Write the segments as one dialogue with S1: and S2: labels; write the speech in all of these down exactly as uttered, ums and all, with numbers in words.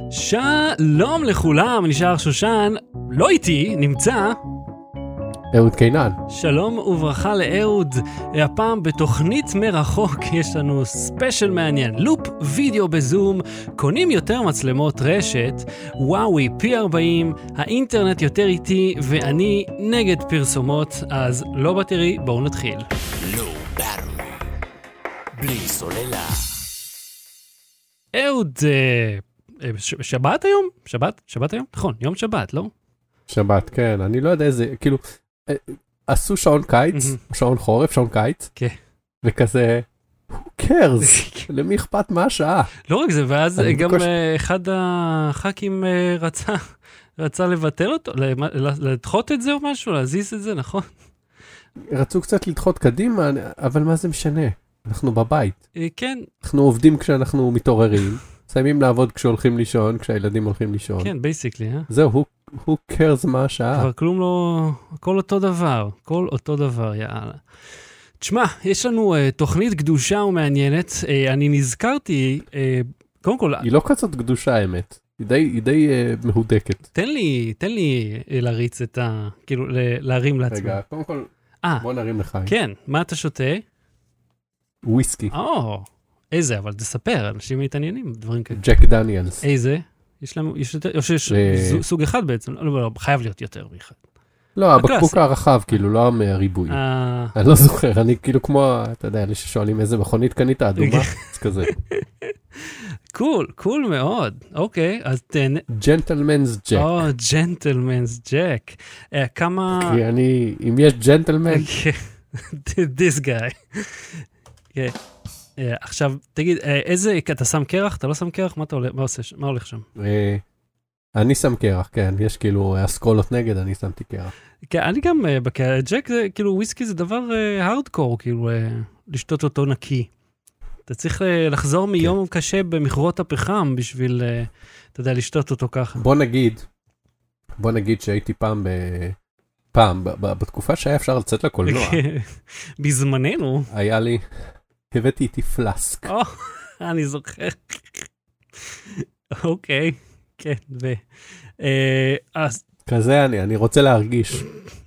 S1: שלום לכולם, נשאר שושן, לא איתי, נמצא
S2: אהוד קינן.
S1: שלום וברכה לאהוד. הפעם בתוכנית מרחוק יש לנו ספיישל מעניין, לופ וידאו בזום, קונים יותר מצלמות רשת, וואוי פי ארבעים, האינטרנט יותר איטי ואני נגד פרסומות, אז לא בטרי, בואו נתחיל.
S3: לא ברור, בלי סוללה.
S1: אהוד, אה, ש- שבת היום? שבת? שבת היום? נכון, יום שבת, לא?
S2: שבת, כן, אני לא יודע איזה, כאילו, אה, עשו שעון קיץ, שעון חורף, שעון קיץ,
S1: כן.
S2: וכזה, who cares? למי אכפת מה השעה?
S1: לא רק זה, ואז
S2: אני
S1: גם
S2: בקוש-
S1: אה, אחד הח"כים אה, רצה, רצה לבטל אותו, למה- לדחות את זה או משהו, להזיז את זה, נכון?
S2: רצו קצת לדחות קדימה, אבל מה זה משנה? אנחנו בבית,
S1: אה, כן,
S2: אנחנו עובדים כשאנחנו מתעוררים, מסיימים לעבוד כשהולכים לישון, כשהילדים הולכים לישון.
S1: כן, בייסיקלי, אה?
S2: זהו, who- who cares מה השעה?
S1: כבר כלום לא, הכל אותו דבר, הכל אותו דבר, יאללה. תשמע, יש לנו uh, תוכנית קדושה ומעניינת, uh, אני נזכרתי, uh, קודם כל,
S2: היא לא כזאת קדושה האמת, היא די, היא די uh, מהודקת.
S1: תן לי, תן לי uh, להריץ את ה... כאילו, ל- להרים לעצמי.
S2: רגע, קודם כל,
S1: אה,
S2: בוא נרים לחיים.
S1: כן, מה אתה שותה?
S2: וויסקי,
S1: או, איזה, אבל תספר, אנשים מתעניינים, דברים כאלה.
S2: ג'ק דניאלס.
S1: איזה? יש לנו, יש יותר, או שיש
S2: ל-
S1: זו- סוג אחד בעצם, לא, לא, לא, חייב להיות יותר מאחד.
S2: לא, הבקבוק
S1: הקלאסי.
S2: הרחב, כאילו, לא הריבוי.
S1: אה,
S2: אני לא זוכר, אני כאילו כמו, אתה יודע, אלה ששואלים איזה מכונית קנית אדומה, אז כזה.
S1: קול, קול מאוד. אוקיי, אז תן...
S2: ג'נטלמנס ג'ק.
S1: או, ג'נטלמנס ג'ק. אה, כמה...
S2: כי אני, אם יש ג'נטלמן,
S1: This guy. כן. אה, עכשיו, תגיד, אה, איזה... אתה שם קרח? אתה לא שם קרח? מה אתה הולך? מה עושה? מה הולך שם?
S2: אה, אני שם קרח, כן, יש כאילו אסכולות נגד, אני שמתי קרח.
S1: כן, אני גם... אה, בק- ג'ק זה, כאילו, וויסקי זה דבר הארדקור, כאילו, אה, לשתות אותו נקי. אתה צריך אה, לחזור מיום קשה במכרות הפחם בשביל, אה, אתה יודע, לשתות אותו ככה.
S2: בוא נגיד, בוא נגיד שהייתי פעם ב... פעם, ב- ב- בתקופה שהיה אפשר לצאת לקולנוע,
S1: בזמננו.
S2: היה לי, הבאתי איתי פלסק.
S1: או, אני זוכר. אוקיי, כן, ו... אה, אז...
S2: כזה אני, אני רוצה להרגיש,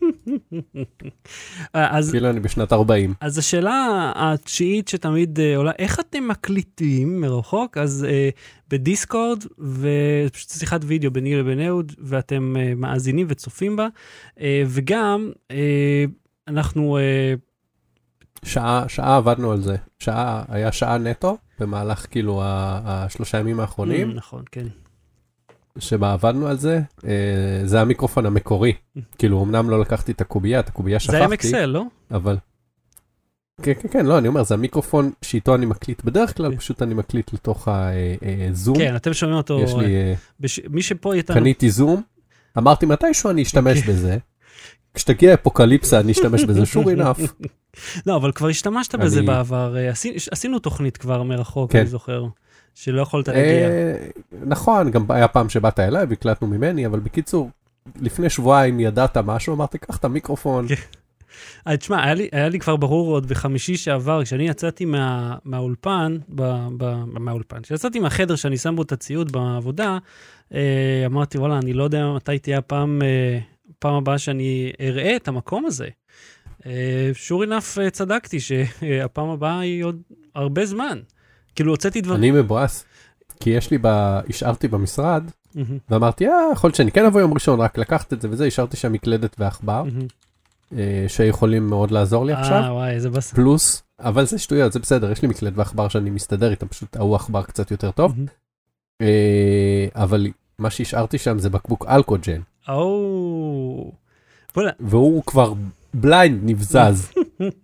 S1: אה, אז...
S2: כאילו אני בשנת ארבעים.
S1: אז השאלה התשיעית שתמיד אה, עולה, איך אתם מקליטים מרחוק? אז אה, בדיסקורד, ופשוט שיחת וידאו ביני לבין אהוד, ואתם אה, מאזינים וצופים בה, אה, וגם אה, אנחנו... אה,
S2: שעה, שעה עבדנו על זה. שעה, היה שעה נטו, במהלך כאילו ה- השלושה ימים האחרונים,
S1: אה, נכון, כן.
S2: שבה עבדנו על זה. אה, זה המיקרופון המקורי. כאילו, אמנם לא לקחתי את הקובייה, את הקובייה
S1: זה היה
S2: שכחתי,
S1: מקסל, לא?
S2: אבל... כן, כן, כן, לא, אני אומר, זה המיקרופון שאיתו אני מקליט בדרך כלל, פשוט אני מקליט לתוך הזום.
S1: כן, אתם שומעים אותו...
S2: יש לי, אה,
S1: בש... מי שפה איתנו...
S2: קניתי זום, אמרתי מתישהו אני אשתמש בזה. כשתגיע אפוקליפסה אני אשתמש בזה, sure enough.
S1: לא, אבל כבר השתמשת בזה
S2: אני-
S1: בעבר. אה, עשי- עשינו תוכנית כבר מרחוק,
S2: כן.
S1: אני זוכר, שלא יכולת להגיע.
S2: אה, נכון, גם היה פעם שבאת אליי והקלטנו ממני, אבל בקיצור, לפני שבועיים ידעת משהו, אמרתי, קח את המיקרופון.
S1: אה, תשמע, היה לי, היה לי כבר ברור עוד בחמישי שעבר, כשאני יצאתי מה, מהאולפן, ב, ב, מהאולפן, כשיצאתי מהחדר שאני שם בו את הציוד בעבודה, אה, אמרתי, וואלה, אני לא יודע מתי תהיה הפעם, אה, פעם הבאה שאני אראה את המקום הזה. אה, sure enough, אה, צדקתי שהפעם הבאה היא עוד הרבה זמן. כאילו, הוצאתי דברים...
S2: אני מבואס, כי יש לי, ב- השארתי במשרד,
S1: מהמם,
S2: ואמרתי, אה, יכול להיות שאני כן אבוא יום ראשון, רק לקחת את זה וזה, השארתי שם מקלדת ועכבר,
S1: מהמם.
S2: אה, שיכולים מאוד לעזור לי עכשיו,
S1: אה, וואי, איזה בסדר.
S2: פלוס, אבל זה שטויות, זה בסדר, יש לי מקלדת ועכבר שאני מסתדר איתם, פשוט ההוא עכבר קצת יותר טוב,
S1: מהמם.
S2: אה, אבל מה שהשארתי שם זה בקבוק אלכוג'ן,
S1: או... בוא'נה,
S2: והוא כבר בליינד נבזז.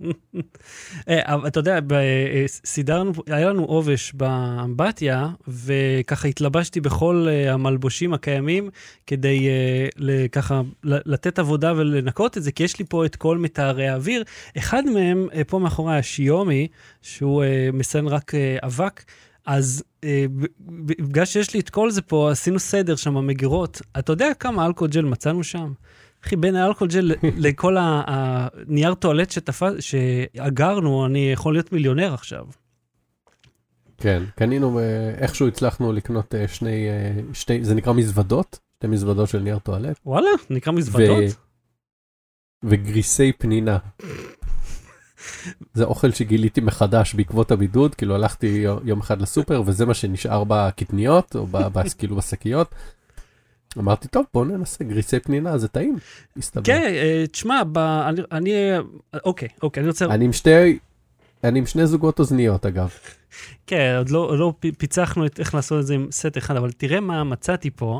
S1: אה, אבל אתה יודע, ב- אה, סידרנו, היה לנו עובש באמבטיה, וככה התלבשתי בכל אה, המלבושים הקיימים, כדי אה, ל- ככה ל- לתת עבודה ולנקות את זה, כי יש לי פה את כל מתארי האוויר. אחד מהם, אה, פה מאחורי השיומי, שהוא אה, מסן רק אה, אבק, אז אה, ב- ב- בגלל שיש לי את כל זה פה, עשינו סדר שם, המגירות. אתה יודע כמה אלכוג'ל מצאנו שם? אחי, בין האלכוג'ל לכל הנייר טואלט שאגרנו, אני יכול להיות מיליונר עכשיו.
S2: כן, קנינו, איכשהו הצלחנו לקנות שני, שתי, זה נקרא מזוודות, שתי מזוודות של נייר טואלט.
S1: וואלה, נקרא מזוודות?
S2: וגריסי פנינה. זה אוכל שגיליתי מחדש בעקבות הבידוד, כאילו הלכתי יום אחד לסופר, וזה מה שנשאר בקטניות, או כאילו בשקיות. אמרתי, טוב, בוא ננסה, גריסי פנינה, זה טעים.
S1: כן, תשמע, אני, אוקיי, אוקיי, אני רוצה...
S2: אני עם שתי, אני עם שני זוגות אוזניות, אגב.
S1: כן, עוד לא, לא פיצחנו את איך לעשות את זה עם סט אחד, אבל תראה מה מצאתי פה.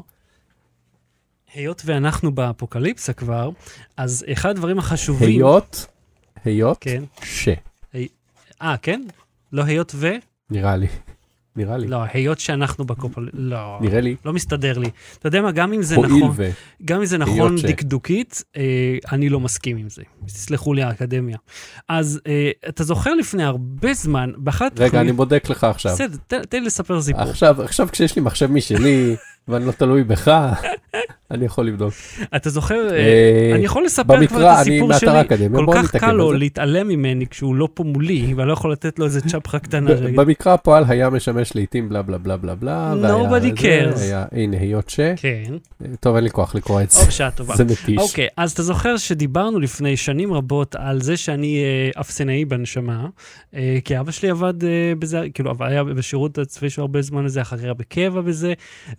S1: היות ואנחנו באפוקליפסה כבר, אז אחד הדברים החשובים...
S2: היות, היות,
S1: כן.
S2: ש.
S1: אה, כן? לא היות ו?
S2: נראה לי. נראה לי.
S1: לא, היות שאנחנו בקופל... לא.
S2: נראה לי.
S1: לא מסתדר לי. אתה יודע מה, גם אם זה נכון...
S2: ו...
S1: גם אם זה נכון דקדוקית, אה, אני לא מסכים עם זה. תסלחו לי האקדמיה. אז אה, אתה זוכר לפני הרבה זמן, באחת...
S2: רגע, תחומים... אני בודק לך עכשיו.
S1: בסדר, ת, תן לי לספר סיפור.
S2: עכשיו, עכשיו כשש לי מחשב משלי, ואני לא תלוי בך, אני יכול לבדוק.
S1: אתה זוכר, אני יכול לספר כבר את הסיפור שלי, כל כך קל לו להתעלם ממני כשהוא לא פה מולי, ואני לא יכול לתת לו איזה צ'פחה קטנה.
S2: במקרה הפועל היה משמש לעתים בלה בלה בלה בלה בלה.
S1: Nobody cares.
S2: הנה, היות ש.
S1: כן.
S2: טוב, אין לי כוח לקרוא את זה.
S1: בשעה טובה.
S2: זה מתיש.
S1: אוקיי, אז אתה זוכר שדיברנו לפני שנים רבות על זה שאני אפסנאי בנשמה, כי אבא שלי עבד בזה, כאילו, היה בשירות הצבאי שהוא הרבה זמן לזה, אחר כך בקבע בזה,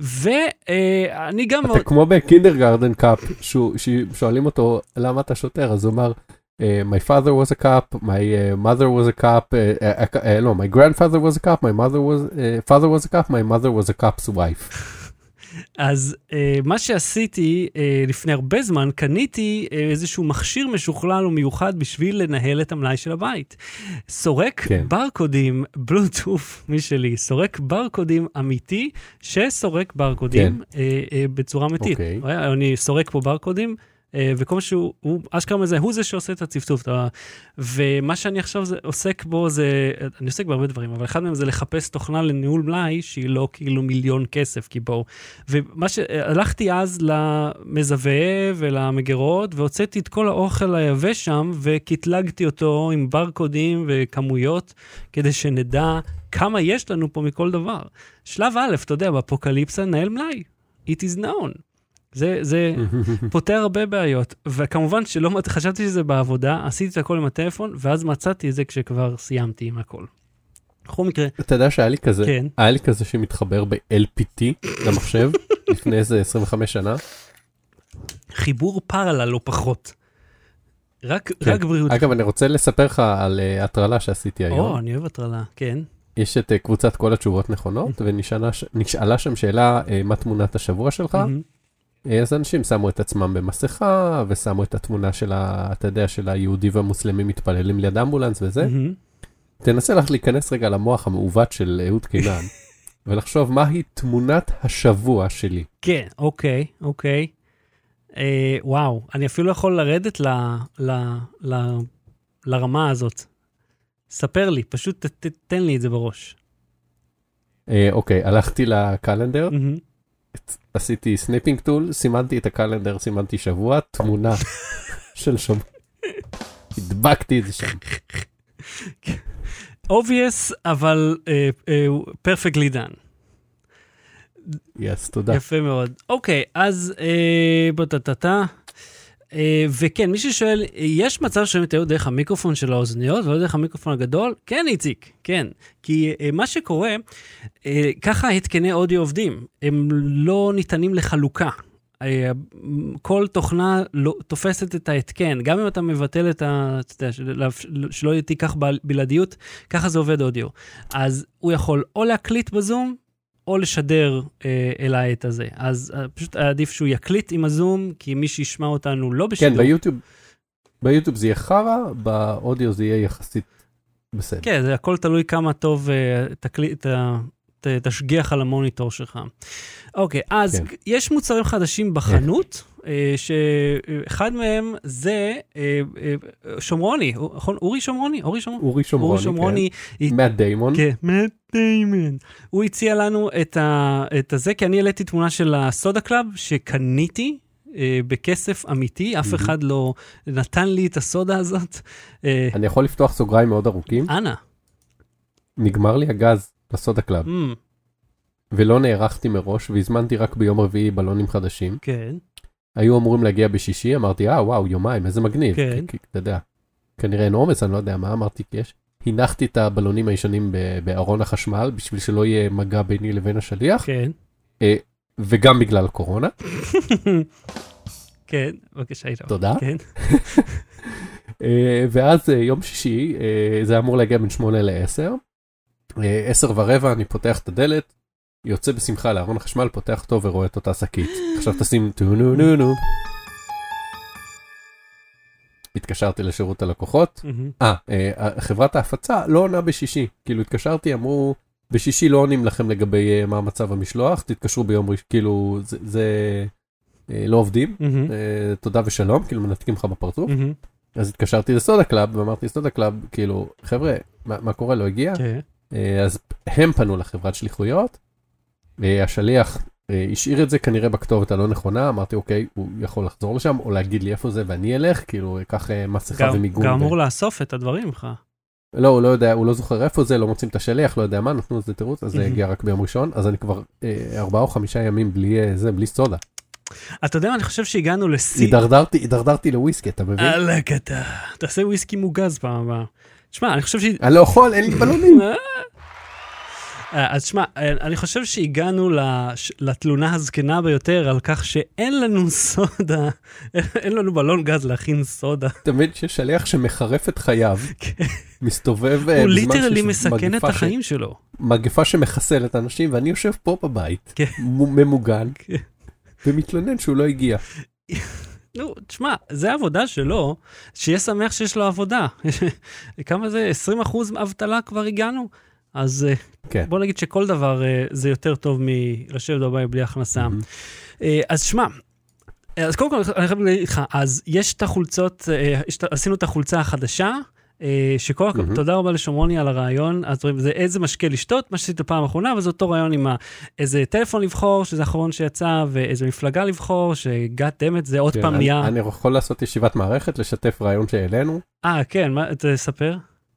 S1: ואני גם...
S2: אתה כמו בקינדרגרדן קאפ, שואלים אותו למה אתה שוטר, אז הוא אמר, my father was a cop, my mother was a cop, לא, my grandfather was a cop, my mother was, father was a cop, my mother was a cop's wife.
S1: אז מה שעשיתי לפני הרבה זמן, קניתי איזשהו מכשיר משוכלל ומיוחד בשביל לנהל את המלאי של הבית. סורק ברקודים, בלוטוף משלי, סורק ברקודים אמיתי, שסורק ברקודים בצורה אמיתית. אני סורק פה ברקודים, וכל שהוא, הוא, אשכרה מזה, הוא זה שעושה את הצפצוף. ומה שאני עכשיו זה, עוסק בו זה, אני עוסק בהרבה דברים, אבל אחד מהם זה לחפש תוכנה לניהול מלאי, שהיא לא כאילו מיליון כסף, כי בואו. ומה שהלכתי אז למזווה ולמגרות, והוצאתי את כל האוכל היבש שם, וקטלגתי אותו עם ברקודים וכמויות, כדי שנדע כמה יש לנו פה מכל דבר. שלב א', אתה יודע, באפוקליפסה נהל מלאי. It is known. זה, זה פותר הרבה בעיות, וכמובן שלא חשבתי שזה בעבודה, עשיתי את הכל עם הטלפון, ואז מצאתי את זה כשכבר סיימתי עם הכל. בכל מקרה...
S2: אתה יודע שהיה לי כזה, כן. היה לי כזה שמתחבר ב-אל פי טי למחשב, לפני איזה עשרים וחמש שנה.
S1: חיבור פרלה לא פחות. רק, כן. רק בריאות.
S2: אגב, אני רוצה לספר לך על uh, הטרלה שעשיתי היום.
S1: או, אני אוהב הטרלה, כן.
S2: יש את uh, קבוצת כל התשובות נכונות, ונשאלה שם שאלה, uh, מה תמונת השבוע שלך? אז אנשים שמו את עצמם במסכה, ושמו את התמונה של, ה, אתה יודע, של היהודי והמוסלמי מתפללים ליד אמבולנס וזה. Mm-hmm. תנסה לך להיכנס רגע למוח המעוות של אהוד קינן, ולחשוב מהי תמונת השבוע שלי.
S1: כן, אוקיי, אוקיי. אה, וואו, אני אפילו לא יכול לרדת ל, ל, ל, לרמה הזאת. ספר לי, פשוט ת, ת, תן לי את זה בראש.
S2: אה, אוקיי, הלכתי לקלנדר, mm-hmm. עשיתי סניפינג טול, סימנתי את הקלנדר, סימנתי שבוע, תמונה של שבוע. הדבקתי את זה שם.
S1: obvious, אבל uh, uh, perfectly done.
S2: yes, תודה.
S1: יפה מאוד. אוקיי, אז uh, בוטטטה. Uh, וכן, מי ששואל, יש מצב שהם יתארו דרך המיקרופון של האוזניות, ולא דרך המיקרופון הגדול? כן, איציק, כן. כי uh, מה שקורה, uh, ככה התקני אודיו עובדים. הם לא ניתנים לחלוקה. Uh, כל תוכנה לא, תופסת את ההתקן. גם אם אתה מבטל את ה... שלא תיקח בלעדיות, ככה זה עובד אודיו. אז הוא יכול או להקליט בזום, או לשדר אה, אליי את הזה. אז אה, פשוט עדיף שהוא יקליט עם הזום, כי מי שישמע אותנו לא בשידור.
S2: כן, ביוטיוב, ביוטיוב זה יהיה חרה, באודיו זה יהיה יחסית בסדר.
S1: כן, זה הכל תלוי כמה טוב אה, תקליט, ת, ת, תשגיח על המוניטור שלך. אוקיי, אז כן. יש מוצרים חדשים בחנות, אה, שאחד מהם זה אה, אה, שומרוני, נכון? אורי שומרוני? אורי שומרוני?
S2: אורי שומרוני,
S1: אורי שומרוני
S2: כן. היא... מאט דיימון.
S1: כן, מאט דיימון. הוא הציע לנו את, ה, את הזה, כי אני העליתי תמונה של הסודה קלאב, שקניתי אה, בכסף אמיתי, אף אחד לא נתן לי את הסודה הזאת.
S2: אה, אני יכול לפתוח סוגריים מאוד ארוכים?
S1: אנא.
S2: נגמר לי הגז לסודה קלאב.
S1: Mm,
S2: ולא נערכתי מראש, והזמנתי רק ביום רביעי בלונים חדשים.
S1: כן.
S2: היו אמורים להגיע בשישי, אמרתי, אה, וואו, יומיים, איזה מגניב.
S1: כן.
S2: כי, כי, אתה יודע, כנראה אין עומס, אני לא יודע מה אמרתי, כי יש. הנחתי את הבלונים הישנים ב- בארון החשמל, בשביל שלא יהיה מגע ביני לבין השליח,
S1: כן.
S2: אה, וגם בגלל הקורונה.
S1: כן, בבקשה איתו.
S2: תודה.
S1: כן.
S2: אה, ואז אה, יום שישי, אה, זה אמור להגיע בין שמונה לעשר. אה, עשר ורבע, אני פותח את הדלת, יוצא בשמחה לארון החשמל, פותח אותו ורואה את אותה שקית. עכשיו תשים טו נו נו נו. התקשרתי לשירות הלקוחות. אה, חברת ההפצה לא עונה בשישי. כאילו התקשרתי, אמרו, בשישי לא עונים לכם לגבי מה מצב המשלוח, תתקשרו ביום ראשון, כאילו זה לא עובדים. תודה ושלום, כאילו מנתקים לך בפרצוף. אז התקשרתי לסודה קלאב, ואמרתי סודה קלאב, כאילו, חבר'ה, מה קורה? לא הגיע? אז הם פנו לחברת שליחויות, השליח השאיר את זה כנראה בכתובת הלא נכונה, אמרתי אוקיי, הוא יכול לחזור לשם, או להגיד לי איפה זה ואני אלך, כאילו, אקח מסכה ומיגון.
S1: גם אמור לאסוף את הדברים לך.
S2: לא, הוא לא יודע, הוא לא זוכר איפה זה, לא מוצאים את השליח, לא יודע מה, נתנו איזה תירוץ, אז זה הגיע רק ביום ראשון, אז אני כבר ארבעה או חמישה ימים בלי זה, בלי סודה.
S1: אתה יודע מה, אני חושב שהגענו לשיא.
S2: הידרדרתי, הידרדרתי לוויסקי, אתה מבין?
S1: אלק אתה, תעשה וויסקי מוגז פעם הבאה. תשמע, אני חושב ש...
S2: אני לא יכול, אין לי בלונים.
S1: אז תשמע, אני חושב שהגענו לתלונה הזקנה ביותר על כך שאין לנו סודה, אין לנו בלון גז להכין סודה.
S2: תמיד ששליח שמחרף את חייו, מסתובב בזמן
S1: הוא ליטרלי מסכן את החיים שלו.
S2: מגפה שמחסל את האנשים, ואני יושב פה בבית, ממוגן, ומתלונן שהוא לא הגיע.
S1: נו, תשמע, זה העבודה שלו, שיהיה שמח שיש לו עבודה. כמה זה? עשרים אחוז אבטלה כבר הגענו? אז כן. בוא נגיד שכל דבר זה יותר טוב מלשבת בבית בלי הכנסה. Mm-hmm. אז שמע, אז קודם כל אני חייב להגיד לך, אז יש את החולצות, עשינו את החולצה החדשה, שכל, mm-hmm. תודה רבה לשומרוני על הרעיון, אז זה איזה משקה לשתות, מה שעשית פעם האחרונה, וזה אותו רעיון עם איזה טלפון לבחור, שזה האחרון שיצא, ואיזה מפלגה לבחור, שגת דמת, זה עוד כן, פעם נהיה...
S2: אני יכול לעשות ישיבת מערכת, לשתף רעיון שהעלינו.
S1: אה, כן, מה, תספר?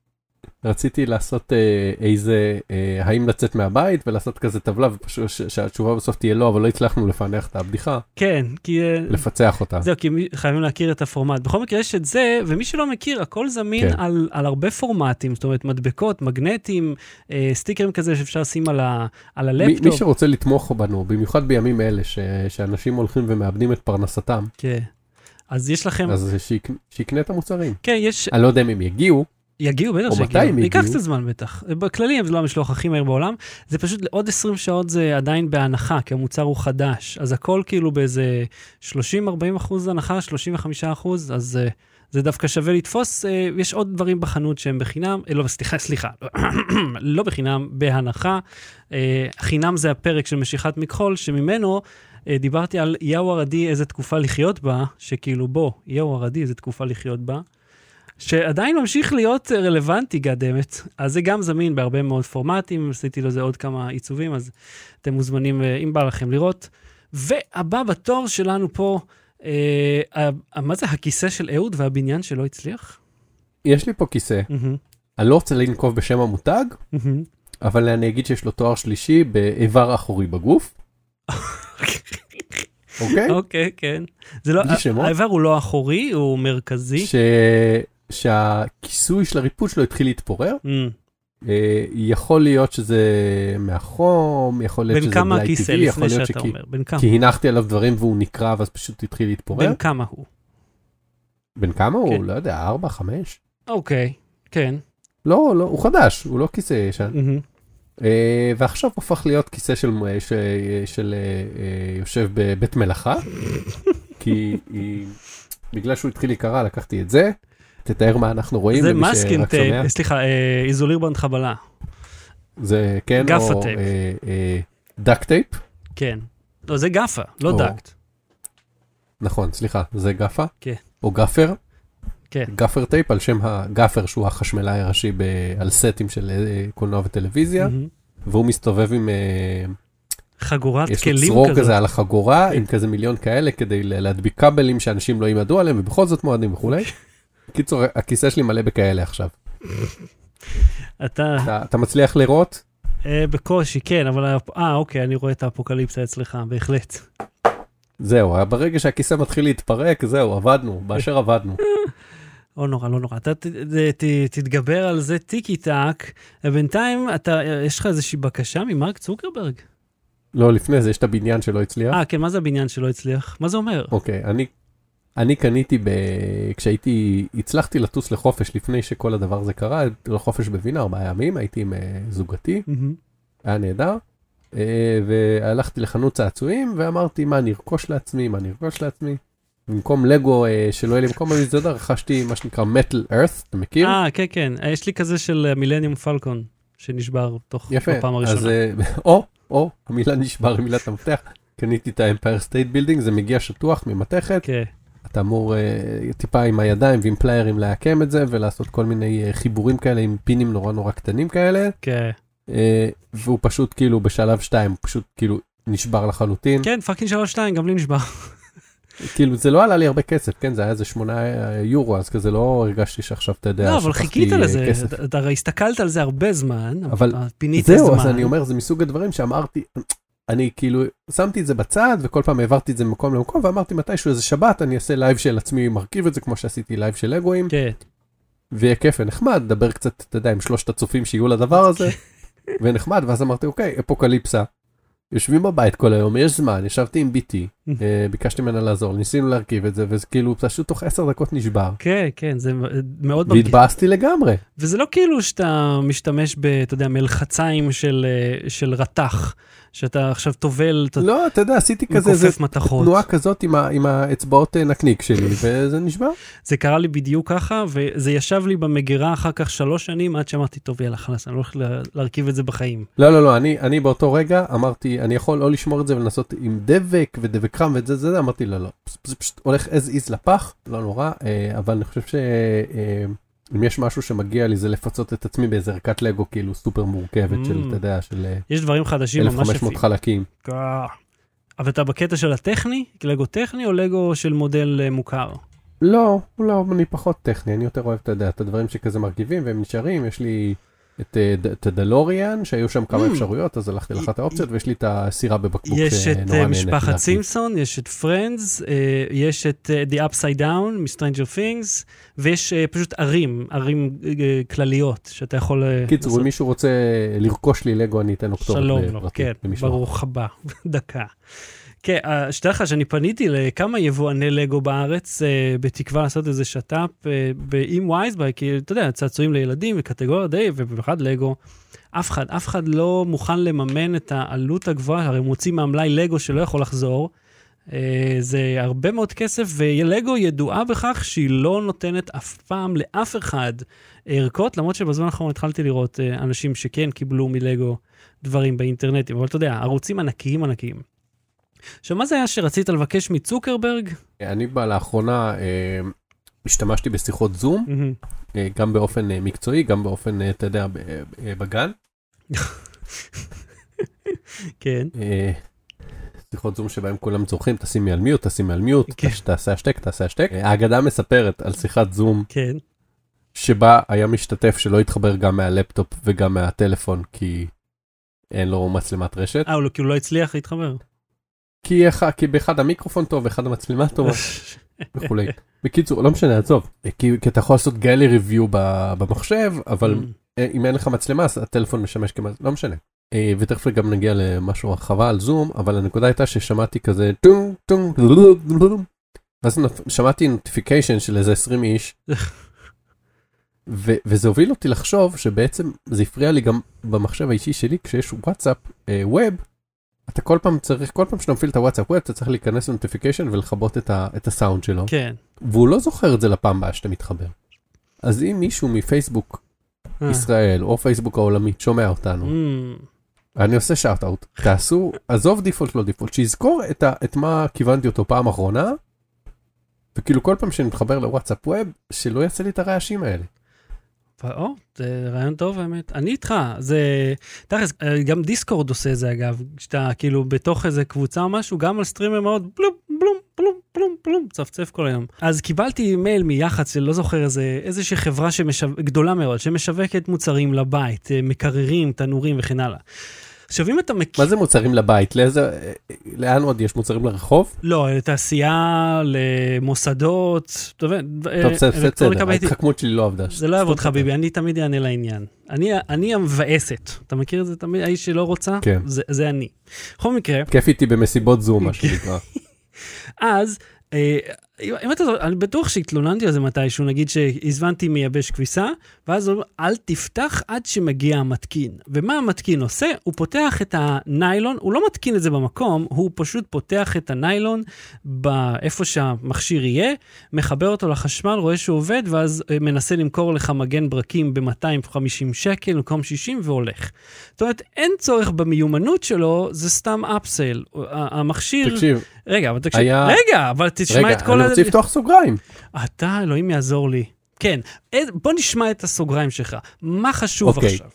S2: רציתי לעשות אה, איזה, אה, האם לצאת מהבית, ולעשות כזה טבלה, ופשוט שהתשובה בסוף תהיה לא, אבל לא הצלחנו לפענח את הבדיחה.
S1: כן, כי...
S2: לפצח אותה.
S1: זהו, כי חייבים להכיר את הפורמט. בכל מקרה יש את זה, ומי שלא מכיר, הכל זמין כן. על, על הרבה פורמטים, זאת אומרת, מדבקות, מגנטים, אה, סטיקרים כזה שאפשר לשים על, ה, על הלפטופ.
S2: מי, מי שרוצה לתמוך בנו, במיוחד בימים אלה, ש, שאנשים הולכים ומאבדים את פרנסתם.
S1: כן. אז יש לכם...
S2: אז שיק, שיקנה את המוצרים.
S1: כן, יש...
S2: אני לא יודע אם הם יגיעו,
S1: יגיעו, בטח שיגיעו. ייקח קצת זמן בטח. בכללי, זה לא המשלוח הכי מהיר בעולם. זה פשוט, עוד עשרים שעות זה עדיין בהנחה, כי המוצר הוא חדש. אז הכל כאילו באיזה שלושים ארבעים אחוז הנחה, שלושים וחמישה אחוז, אז זה דווקא שווה לתפוס. יש עוד דברים בחנות שהם בחינם, לא, סליחה, סליחה, לא בחינם, בהנחה. חינם זה הפרק של משיכת מכחול, שממנו דיברתי על יאו הרדי, איזה תקופה לחיות בה, שכאילו בוא, יאו הרדי, איזה תקופה לחיות בה. שעדיין ממשיך להיות רלוונטי גדמת, אז זה גם זמין בהרבה מאוד פורמטים, עשיתי לזה עוד כמה עיצובים, אז אתם מוזמנים, אם בא לכם לראות. והבא בתור שלנו פה, אה, מה זה הכיסא של אהוד והבניין שלא הצליח?
S2: יש לי פה כיסא, mm-hmm. אני לא רוצה לנקוב בשם המותג, mm-hmm. אבל אני אגיד שיש לו תואר שלישי באיבר אחורי בגוף. אוקיי?
S1: אוקיי, כן. האיבר הוא לא אחורי, הוא מרכזי.
S2: ש... שהכיסוי של הריפוד שלו התחיל להתפורר. Mm. יכול להיות שזה מהחום, יכול להיות שזה בלי טבעי, יכול להיות שכי... כי הנחתי עליו דברים והוא נקרא, ואז פשוט התחיל להתפורר.
S1: בין כמה הוא?
S2: בין כמה הוא? כן. לא יודע, ארבע, חמש.
S1: אוקיי, כן.
S2: לא, לא, הוא חדש, הוא לא כיסא ישן. Mm-hmm. ועכשיו הופך להיות כיסא של, של, של יושב בבית מלאכה, כי בגלל שהוא התחיל להיקרא, לקחתי את זה, תתאר מה אנחנו רואים.
S1: זה מסקינג טייפ, סליחה, איזוליר חבלה.
S2: זה כן, או דאקט טייפ.
S1: כן, לא, זה גאפה, לא דאקט.
S2: נכון, סליחה, זה גאפה.
S1: כן.
S2: או גאפר.
S1: כן.
S2: גאפר טייפ, על שם הגאפר שהוא החשמלאי הראשי על סטים של קולנוע וטלוויזיה, והוא מסתובב עם...
S1: חגורת כלים כזאת.
S2: יש לו צרור כזה על החגורה, עם כזה מיליון כאלה, כדי להדביק כבלים שאנשים לא יימדו עליהם, ובכל זאת מועדים וכו'. קיצור, הכיסא שלי מלא בכאלה עכשיו.
S1: אתה...
S2: אתה מצליח לראות?
S1: אה, בקושי, כן, אבל... אה, אוקיי, אני רואה את האפוקליפסה אצלך, בהחלט.
S2: זהו, ברגע שהכיסא מתחיל להתפרק, זהו, עבדנו, באשר עבדנו.
S1: לא נורא, לא נורא. אתה ת, ת, תתגבר על זה טיקי טק. בינתיים, אתה, יש לך איזושהי בקשה ממרק צוקרברג?
S2: לא, לפני זה יש את הבניין שלא הצליח.
S1: אה, כן, מה זה הבניין שלא הצליח? מה זה אומר?
S2: אוקיי, אני, אני קניתי ב... כשהייתי, הצלחתי לטוס לחופש לפני שכל הדבר הזה קרה, לחופש בווינה, ארבעה ימים, הייתי עם זוגתי, היה נהדר, והלכתי לחנות צעצועים, ואמרתי, מה, נרכוש לעצמי, מה, נרכוש לעצמי? במקום לגו שלא יהיה לי מקום במזוודה, רכשתי מה שנקרא Metal Earth, אתה מכיר?
S1: אה, כן, כן. יש לי כזה של מילניום פלקון, שנשבר תוך הפעם הראשונה.
S2: יפה, אז או, או, המילה נשבר, מילת המפתח. קניתי את ה-Empire State Building, זה מגיע שטוח ממתכת.
S1: כן.
S2: אתה אמור טיפה עם הידיים ועם פליירים להקם את זה, ולעשות כל מיני חיבורים כאלה עם פינים נורא נורא קטנים כאלה.
S1: כן.
S2: והוא פשוט כאילו בשלב שתיים, הוא פשוט כאילו נשבר לחלוטין.
S1: כן, פאקינג שלב שתיים, גם לי נשבר.
S2: כאילו, זה לא עלה לי הרבה כסף, כן? זה היה איזה שמונה יורו, אז כזה לא הרגשתי שעכשיו, אתה יודע,
S1: לא, אבל חיכית לזה, אתה הרי הסתכלת על זה הרבה זמן, אבל פינית זמן.
S2: זהו, אז אני אומר, זה מסוג הדברים שאמרתי, אני כאילו, שמתי את זה בצד, וכל פעם העברתי את זה ממקום למקום, ואמרתי מתישהו איזה שבת, אני אעשה לייב של עצמי, מרכיב את זה, כמו שעשיתי לייב של לגויים, ויהיה כיף ונחמד, דבר קצת, אתה יודע, עם שלושת הצופים שיהיו לדבר הזה, ונחמד, ואז אמרתי, אוקיי, אפוקליפסה. יושבים בבית כל היום, יש זמן, ישבתי עם ביתי, ביקשתי ממנה לעזור, ניסינו להרכיב את זה, וזה כאילו פשוט תוך עשר דקות נשבר.
S1: כן, כן, זה מאוד מרגיש.
S2: והתבאסתי לגמרי.
S1: וזה לא כאילו שאתה משתמש ב, אתה יודע, מלחציים של, של רתח, שאתה עכשיו תובל,
S2: לא, אתה יודע, עשיתי כזה, זה תנועה כזאת עם, עם האצבעות נקניק שלי, וזה נשבר.
S1: זה קרה לי בדיוק ככה, וזה ישב לי במגירה אחר כך שלוש שנים, עד שאמרתי, טוב, יאללה, חלס, אני לא הולך להרכיב את זה בחיים.
S2: לא, לא, לא, אני, אני באותו רגע אמרתי, אני יכול לא לשמור את זה ולנסות עם דבק ודבק חם וזה, זה, זה, אמרתי, לא, לא, זה פשוט הולך as is לפח, לא נורא, אבל אני חושב ש... אם יש משהו שמגיע לי, זה לפצות את עצמי באיזה ערכת לגו, כאילו סופר מורכבת של, אתה יודע, של...
S1: יש דברים חדשים ממש יפים.
S2: אלף וחמש מאות חלקים.
S1: אבל אתה בקטע של הטכני? לגו טכני או לגו של מודל מוכר?
S2: לא, לא, אני פחות טכני, אני יותר אוהב, אתה יודע, את הדברים שכזה מרכיבים והם נשארים, יש לי את הדלוריאן, שהיו שם כמה אפשרויות, אז הלכתי לאחת האופציות, ויש לי את הסירה בבקבוק
S1: יש את משפחת סימפסון, יש את פרנדס, יש את The Upside Down, מ-Stranger Things, ויש פשוט ערים, ערים כלליות, שאתה יכול...
S2: קיצור, אם מישהו רוצה לרכוש לי לגו, אני אתן אוקטובר.
S1: שלום לו, כן, ברוך הבא, דקה. כן, שתדע לך שאני פניתי לכמה יבואני לגו בארץ, בתקווה לעשות איזה שטאפ עם וייזביי, כי אתה יודע, צעצועים לילדים וקטגוריה די, ובמיוחד לגו, אף אחד, אף אחד לא מוכן לממן את העלות הגבוהה, הרי מוצאים מהמלאי לגו שלא יכול לחזור, זה הרבה מאוד כסף, ולגו ידועה בכך שהיא לא נותנת אף פעם לאף אחד ערכות, למרות שבזמן האחרון התחלתי לראות אנשים שכן קיבלו מלגו דברים באינטרנטים, אבל אתה יודע, ערוצים ענקיים ענקיים. עכשיו, מה זה היה שרצית לבקש מצוקרברג?
S2: אני בא לאחרונה, השתמשתי בשיחות זום, גם באופן מקצועי, גם באופן, אתה יודע, בגן.
S1: כן.
S2: שיחות זום שבהם כולם צורכים, תשימי על מיוט, תשימי על מיוט, תעשה השתק, תעשה השתק. האגדה מספרת על שיחת זום, שבה היה משתתף שלא התחבר גם מהלפטופ וגם מהטלפון, כי אין לו מצלמת רשת.
S1: אה, כי הוא לא הצליח להתחבר.
S2: כי, כי באחד המיקרופון טוב, באחד המצלמה טוב, וכולי. בקיצור, לא משנה, עצוב. כי, כי אתה יכול לעשות גלי ריוויו במחשב, אבל mm. אם אין לך מצלמה, אז הטלפון משמש כמה, לא משנה. ותכף גם נגיע למשהו רחבה על זום, אבל הנקודה הייתה ששמעתי כזה, טום, טום, ואז שמעתי נוטיפיקיישן של איזה עשרים איש, ו- וזה הוביל אותי לחשוב שבעצם זה הפריע לי גם במחשב האישי שלי, כשיש וואטסאפ ווב, אתה כל פעם צריך, כל פעם שאתה מפעיל את הוואטסאפ ווב, אתה צריך להיכנס לנוטיפיקיישן ולחבות את, ה- את הסאונד שלו.
S1: כן.
S2: והוא לא זוכר את זה לפעם הבאה שאתה מתחבר. אז אם מישהו מפייסבוק ישראל, או פייסבוק העולמית, שומע אותנו, אני עושה שאוט-אוט, תעשו, עזוב דיפולט, לא דיפולט, שיזכור את, ה- את מה כיוונתי אותו פעם אחרונה, וכאילו כל פעם שנתחבר לוואטסאפ ווב, שלא יעשה לי את הרעשים האלה.
S1: או, זה רעיון טוב, האמת. אני איתך, זה... תכף, גם דיסקורד עושה זה, אגב, שאתה כאילו בתוך איזה קבוצה או משהו, גם על סטרימר מאוד בלום, בלום, בלום, פלום, פלום, צפצף כל היום. אז קיבלתי מייל מיח"צ, לא זוכר איזה, איזושהי חברה שמשו... גדולה מאוד, שמשווקת מוצרים לבית, מקררים, תנורים וכן הלאה. עכשיו, אם אתה מכיר...
S2: מה זה מוצרים לבית? לאיזה... לאן עוד יש מוצרים לרחוב?
S1: לא, לתעשייה, למוסדות, טוב,
S2: בסדר, ההתחכמות שלי לא עבדה.
S1: זה לא יעבוד חביבי, אני תמיד אענה לעניין. אני המבאסת, אתה מכיר את זה תמיד? האיש שלא רוצה?
S2: כן.
S1: זה אני. בכל מקרה...
S2: כיף איתי במסיבות זום, מה שנקרא.
S1: אז... אם אתה, אני בטוח שהתלוננתי על זה מתישהו, נגיד שהזמנתי מייבש כביסה, ואז הוא אומר, אל תפתח עד שמגיע המתקין. ומה המתקין עושה? הוא פותח את הניילון, הוא לא מתקין את זה במקום, הוא פשוט פותח את הניילון באיפה שהמכשיר יהיה, מחבר אותו לחשמל, רואה שהוא עובד, ואז מנסה למכור לך מגן ברקים ב-מאתיים וחמישים שקל, במקום שישים, והולך. זאת אומרת, אין צורך במיומנות שלו, זה סתם אפסייל. המכשיר...
S2: תקשיב.
S1: רגע, אבל תקשיב.
S2: היה...
S1: רגע, אבל תשמע את כל...
S2: רגע, אני רוצה לפתוח סוגריים.
S1: אתה, אלוהים יעזור לי. כן, בוא נשמע את הסוגריים שלך. מה חשוב
S2: okay.
S1: עכשיו?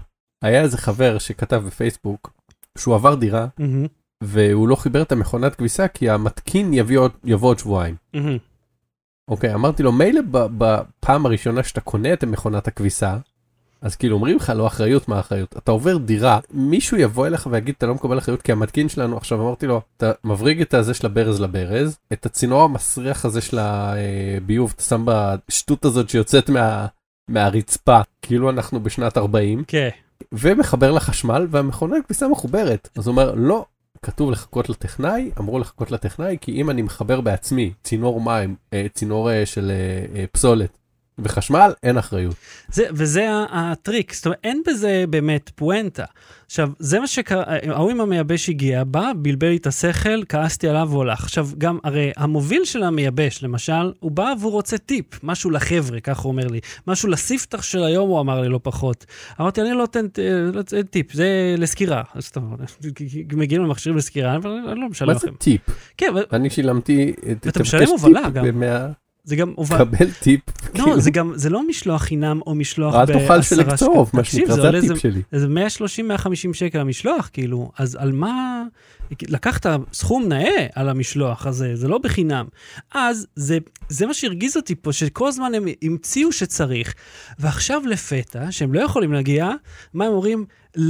S2: היה איזה חבר שכתב בפייסבוק, שהוא עבר דירה, mm-hmm. והוא לא חיבר את המכונת כביסה, כי המתקין יבוא, יבוא עוד שבועיים. אוקיי, mm-hmm. okay, אמרתי לו, מילא בפעם הראשונה שאתה קונה את המכונת הכביסה, אז כאילו אומרים לך, לא אחריות, מה האחריות? אתה עובר דירה, מישהו יבוא אליך ויגיד, אתה לא מקבל אחריות, כי המתקין שלנו, עכשיו אמרתי לו, אתה מבריג את הזה של הברז לברז, את הצינור המסריח הזה של הביוב, אתה שם בשטות הזאת שיוצאת מה, מהרצפה, כאילו אנחנו בשנת ארבעים,
S1: כן.
S2: ומחבר לחשמל, והמכונה כביסה מחוברת. אז הוא אומר, לא, כתוב לחכות לטכנאי, אמרו לחכות לטכנאי, כי אם אני מחבר בעצמי צינור מים, צינור של פסולת, וחשמל, אין אחריות.
S1: זה, וזה הטריק, זאת אומרת, אין בזה באמת פואנטה. עכשיו, זה מה שקרה, ההוא עם המייבש הגיע, בא, בלבל את השכל, כעסתי עליו והולך. עכשיו, גם, הרי המוביל של המייבש, למשל, הוא בא והוא רוצה טיפ, משהו לחבר'ה, כך הוא אומר לי, משהו לספתח של היום, הוא אמר לי, לא פחות. אמרתי, אני לא אתן לא, טיפ, זה לסקירה. אז אתה מגיעים למכשירים לסקירה, אבל אני לא משלם לכם.
S2: מה זה טיפ?
S1: כן,
S2: אני שילמתי...
S1: ואתה משלם הובלה גם. זה גם
S2: קבל טיפ.
S1: לא, זה גם, זה לא משלוח חינם או משלוח
S2: בעשרה שקלים. אל תאכל של לקצוב, מה שנקרא, זה הטיפ שלי.
S1: זה מאה שלושים עד מאה וחמישים שקל המשלוח, כאילו, אז על מה... לקחת סכום נאה על המשלוח הזה, זה לא בחינם. אז זה, זה מה שהרגיז אותי פה, שכל הזמן הם המציאו שצריך, ועכשיו לפתע, שהם לא יכולים להגיע, מה הם אומרים?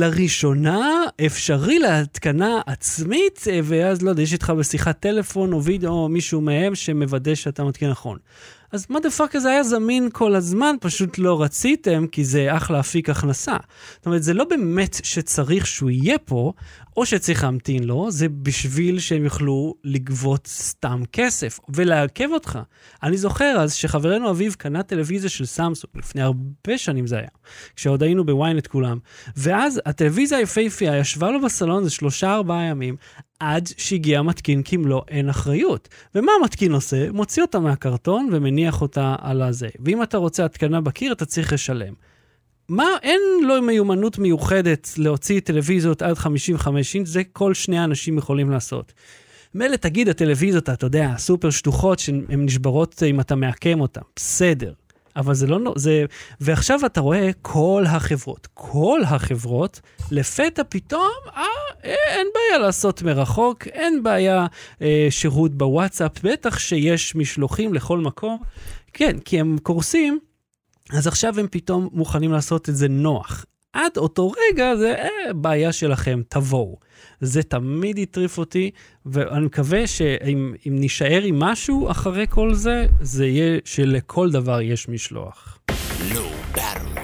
S1: לראשונה אפשרי להתקנה עצמית, ואז לא יודע, יש איתך בשיחת טלפון או וידאו או מישהו מהם שמוודא שאתה מתקן נכון. אז מה דפק הזה היה זמין כל הזמן, פשוט לא רציתם, כי זה אחלה אפיק הכנסה. זאת אומרת, זה לא באמת שצריך שהוא יהיה פה, או שצריך להמתין לו, זה בשביל שהם יוכלו לגבות סתם כסף, ולעכב אותך. אני זוכר אז שחברנו אביב קנה טלוויזיה של סמסונג, לפני הרבה שנים זה היה, כשעוד היינו בוויינט כולם, ואז הטלוויזיה היפהפייה ישבה לו בסלון, זה שלושה ארבעה ימים, עד שהגיע המתקין, כי אם לא, אין אחריות. ומה המתקין עושה? מוציא אותה מהקרטון ומניח אותה על הזה. ואם אתה רוצה התקנה בקיר, אתה צריך לשלם. מה? אין לו מיומנות מיוחדת להוציא טלוויזיות עד חמישים וחמש אינץ', זה כל שני אנשים יכולים לעשות. מילא תגיד, הטלוויזיות, אתה יודע, סופר שטוחות, שהן נשברות אם אתה מעקם אותן. בסדר. אבל זה לא... זה... ועכשיו אתה רואה כל החברות, כל החברות, לפתע פתאום, אה, אין בעיה לעשות מרחוק, אין בעיה אה, שירות בוואטסאפ, בטח שיש משלוחים לכל מקום. כן, כי הם קורסים, אז עכשיו הם פתאום מוכנים לעשות את זה נוח. עד אותו רגע זה אה, בעיה שלכם, תבואו. זה תמיד יטריף אותי, ואני מקווה שאם אם נשאר עם משהו אחרי כל זה, זה יהיה שלכל דבר יש משלוח.
S3: לופ באטרי,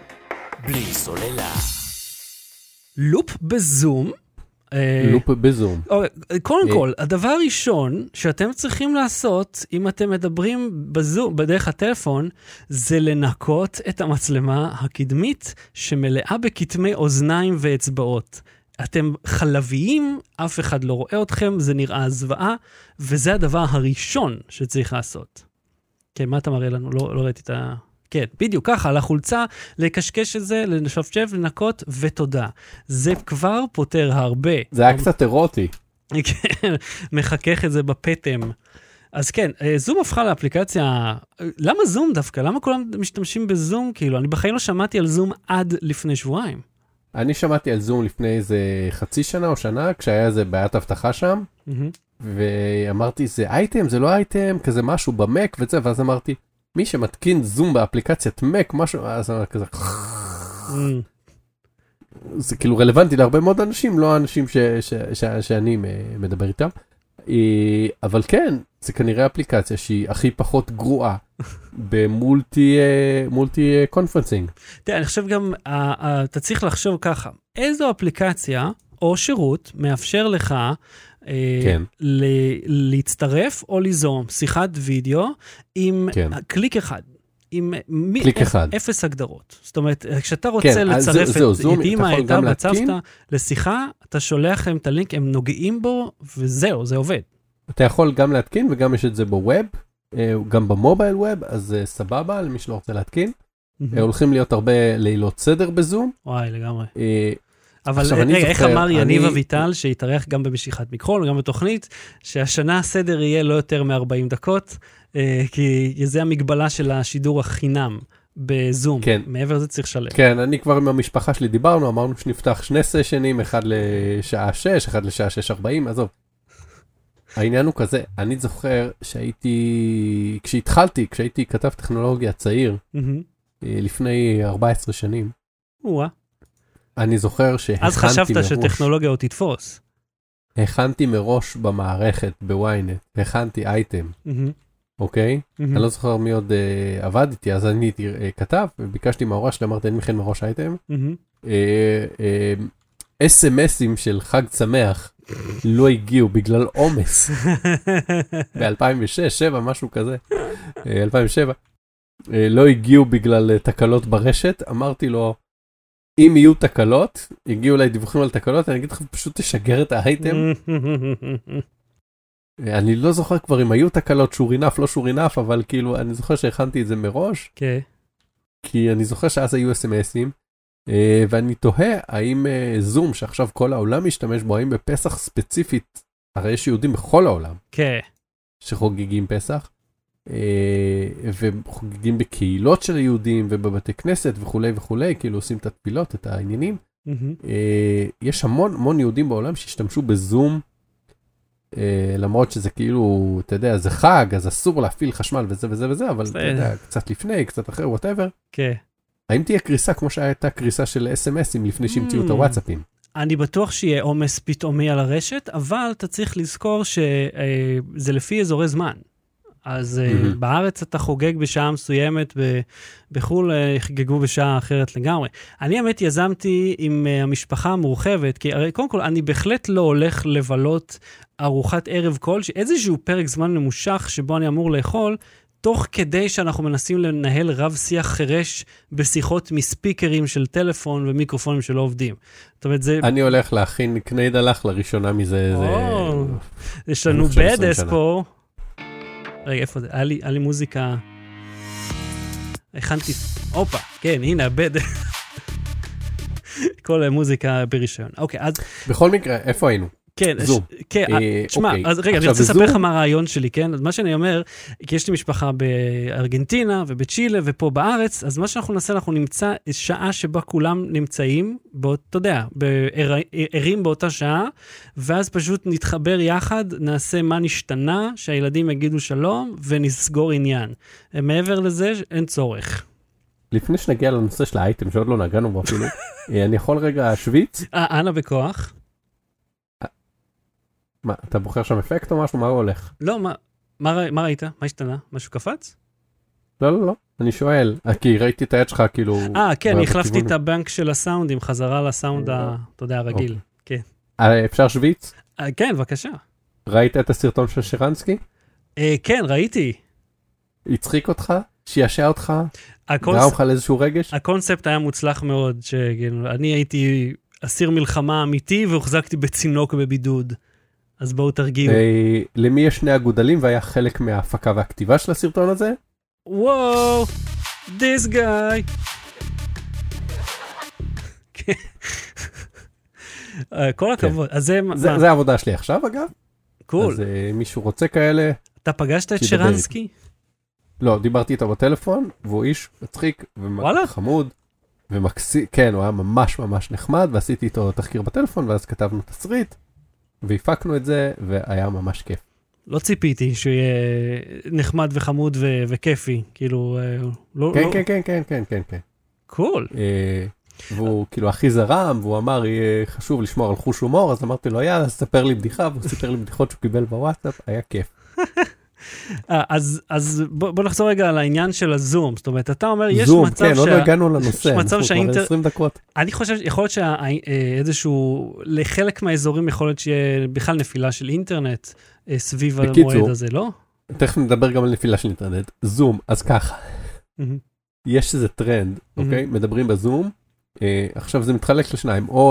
S3: בלי סוללה.
S1: לופ בזום.
S2: לופ בזום.
S1: קודם כל, הדבר הראשון שאתם צריכים לעשות, אם אתם מדברים בזום, בדרך הטלפון, זה לנקות את המצלמה הקדמית, שמלאה בכתמי אוזניים ואצבעות. אתם חלביים, אף אחד לא רואה אתכם, זה נראה זוועה, וזה הדבר הראשון שצריך לעשות. כן, מה אתה מראה לנו? לא, לא ראיתי את ה... כן, בדיוק ככה, על החולצה, לקשקש את זה, לשפשף, לנקות, ותודה. זה כבר פותר הרבה.
S2: זה היה קצת אירוטי.
S1: כן, מחכך את זה בפטם. אז כן, זום הפכה לאפליקציה, למה זום דווקא? למה כולם משתמשים בזום? כאילו, אני בחיים לא שמעתי על זום עד לפני שבועיים.
S2: אני שמעתי על זום לפני איזה חצי שנה או שנה, כשהיה איזה בעיית הבטחה שם, ואמרתי, זה אייטם, זה לא אייטם, כזה משהו במק וזה, ואז אמרתי, מי שמתקין זום באפליקציית מק, משהו, אז אמרתי כזה, זה כאילו רלוונטי להרבה מאוד אנשים, לא האנשים ש, ש, ש, שאני מדבר איתם, אבל כן, זה כנראה אפליקציה שהיא הכי פחות גרועה במולטי מולטי קונפרנסינג.
S1: תראה, אני חושב גם, אתה צריך לחשוב ככה, איזו אפליקציה או שירות מאפשר לך
S2: כן.
S1: להצטרף או ליזום שיחת וידאו עם
S2: כן.
S1: קליק אחד. עם
S2: קליק אחד.
S1: אפס הגדרות. זאת אומרת, כשאתה רוצה
S2: כן,
S1: לצרף
S2: זה,
S1: את אימא, את אבא, צוותא, לשיחה, אתה שולח להם את הלינק, הם נוגעים בו, וזהו, זה עובד.
S2: אתה יכול גם להתקין, וגם יש את זה בווב, גם במובייל ווב, אז סבבה, למי שלא רוצה להתקין. הולכים להיות הרבה לילות סדר בזום.
S1: וואי, לגמרי. אבל רגע, איך אמר יניב אביטל, שהתארח גם במשיכת מיקרון, וגם בתוכנית, שהשנה הסדר יהיה לא יותר מ-ארבעים דקות, כי זה המגבלה של השידור החינם בזום.
S2: כן.
S1: מעבר לזה צריך שלם.
S2: כן, אני כבר עם המשפחה שלי דיברנו, אמרנו שנפתח שני סשנים, אחד לשעה שש, אחד לשעה שש ארבעים, עזוב. העניין הוא כזה, אני זוכר שהייתי, כשהתחלתי, כשהייתי כתב טכנולוגיה צעיר, לפני ארבע עשרה שנים,
S1: וואה.
S2: אני זוכר שהכנתי מראש.
S1: אז חשבת שטכנולוגיה עוד תתפוס.
S2: הכנתי מראש במערכת, בוויינט, הכנתי אייטם, אוקיי? אני לא זוכר מי עוד עבד איתי, אז אני כתב, וביקשתי מההוראה שלי, אמרתי, אני מכין מראש אייטם. אס אם אסים של חג שמח לא הגיעו בגלל עומס. ב-אלפיים ושש, אלפיים ושבע, משהו כזה. אלפיים ושבע. לא הגיעו בגלל תקלות ברשת, אמרתי לו, אם יהיו תקלות, הגיעו אליי דיווחים על תקלות, אני אגיד לך, פשוט תשגר את האייטם. אני לא זוכר כבר אם היו תקלות שורינף, לא שורינף, אבל כאילו, אני זוכר שהכנתי את זה מראש.
S1: כן.
S2: כי אני זוכר שאז היו אס אם אסים, ואני תוהה, האם זום, שעכשיו כל העולם משתמש בו, האם בפסח ספציפית, הרי יש יהודים בכל העולם.
S1: כן.
S2: שחוגגים פסח. וחוגגים בקהילות של יהודים ובבתי כנסת וכולי וכולי, כאילו עושים את התפילות, את העניינים. יש המון המון יהודים בעולם שהשתמשו בזום, למרות שזה כאילו, אתה יודע, זה חג, אז אסור להפעיל חשמל וזה וזה וזה, אבל אתה יודע, קצת לפני, קצת אחרי, whatever.
S1: כן.
S2: האם תהיה קריסה כמו שהייתה קריסה של אס אם אסים לפני שהמציאו את הוואטסאפים?
S1: אני בטוח שיהיה עומס פתאומי על הרשת, אבל אתה צריך לזכור שזה לפי אזורי זמן. אז mm-hmm. בארץ אתה חוגג בשעה מסוימת, בחול חגגו בשעה אחרת לגמרי. אני האמת יזמתי עם המשפחה המורחבת, כי הרי קודם כל אני בהחלט לא הולך לבלות ארוחת ערב כלשהי, איזשהו פרק זמן ממושך שבו אני אמור לאכול, תוך כדי שאנחנו מנסים לנהל רב שיח חרש בשיחות מספיקרים של טלפון ומיקרופונים שלא עובדים. זאת אומרת, זה...
S2: אני הולך להכין קנייד הלך לראשונה מזה.
S1: או, זה... יש לנו בדס פה. רגע, איפה זה? היה לי, היה לי מוזיקה... הכנתי... אופה, כן, הנה, הבד. כל המוזיקה ברישיון. אוקיי, אז...
S2: בכל מקרה, איפה היינו?
S1: כן,
S2: זום.
S1: כן, תשמע, אז רגע, אני רוצה לספר לך מה הרעיון שלי, כן? אז מה שאני אומר, כי יש לי משפחה בארגנטינה ובצ'ילה ופה בארץ, אז מה שאנחנו נעשה, אנחנו נמצא שעה שבה כולם נמצאים, אתה יודע, ערים באותה שעה, ואז פשוט נתחבר יחד, נעשה מה נשתנה, שהילדים יגידו שלום, ונסגור עניין. מעבר לזה, אין צורך.
S2: לפני שנגיע לנושא של האייטם, שעוד לא נגענו בו אפילו, אני יכול רגע שוויץ?
S1: אה, אנא בכוח.
S2: מה, אתה בוחר שם אפקט או משהו? מה הוא הולך?
S1: לא, מה, מה, מה ראית? מה השתנה? משהו קפץ?
S2: לא, לא, לא. אני שואל. כי ראיתי את היד שלך כאילו...
S1: אה, כן, אני החלפתי את הבנק של הסאונדים, חזרה לסאונד, אתה יודע, הרגיל. כן.
S2: אפשר שוויץ?
S1: כן, בבקשה.
S2: ראית את הסרטון של שרנסקי?
S1: כן, ראיתי.
S2: הצחיק אותך? שישע אותך? גרם לך לאיזשהו רגש?
S1: הקונספט היה מוצלח מאוד, שאני הייתי אסיר מלחמה אמיתי, והוחזקתי בצינוק בבידוד. אז בואו תרגיעו.
S2: למי יש שני הגודלים והיה חלק מההפקה והכתיבה של הסרטון הזה?
S1: וואו, this guy. כל הכבוד.
S2: זה העבודה שלי עכשיו אגב.
S1: קול.
S2: אז מישהו רוצה כאלה.
S1: אתה פגשת את שרנסקי?
S2: לא, דיברתי איתו בטלפון, והוא איש מצחיק וחמוד. ומקסי, כן, הוא היה ממש ממש נחמד, ועשיתי איתו תחקיר בטלפון, ואז כתבנו תסריט. והפקנו את זה, והיה ממש כיף.
S1: לא ציפיתי שיהיה נחמד וחמוד ו- וכיפי, כאילו, לא...
S2: כן,
S1: לא...
S2: כן, כן, כן, כן, כן, כן.
S1: קול.
S2: והוא כאילו הכי זרם, והוא אמר, יהיה חשוב לשמור על חוש הומור, אז אמרתי לו, יאללה, ספר לי בדיחה, והוא סיפר לי בדיחות שהוא קיבל בוואטסאפ, היה כיף.
S1: אז, אז בוא, בוא נחזור רגע על העניין של הזום, זאת אומרת, אתה אומר, יש
S2: זום,
S1: מצב
S2: כן,
S1: שה...
S2: עוד לא הגענו לנושא, אנחנו
S1: שהאינטר...
S2: כבר עשרים דקות.
S1: אני חושב, יכול להיות שאיזשהו, לחלק מהאזורים יכול להיות שיהיה בכלל נפילה של אינטרנט סביב
S2: בקיצור,
S1: המועד הזה, לא?
S2: תכף נדבר גם על נפילה של אינטרנט. זום, אז ככה, יש איזה טרנד, אוקיי? מדברים בזום, עכשיו זה מתחלק לשניים, או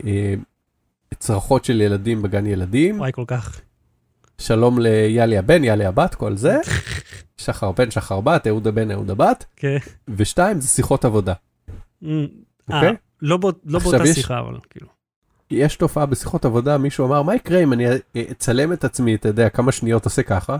S2: צרחות של ילדים בגן ילדים,
S1: וואי, כל כך.
S2: שלום ליאלי הבן, יאלי הבת, כל זה. שחר בן, שחר בת, אהוד הבן, אהוד הבת.
S1: כן.
S2: ושתיים, זה שיחות עבודה.
S1: אה, לא באותה שיחה, אבל כאילו.
S2: יש תופעה בשיחות עבודה, מישהו אמר, מה יקרה אם אני אצלם את עצמי, אתה יודע, כמה שניות עושה ככה?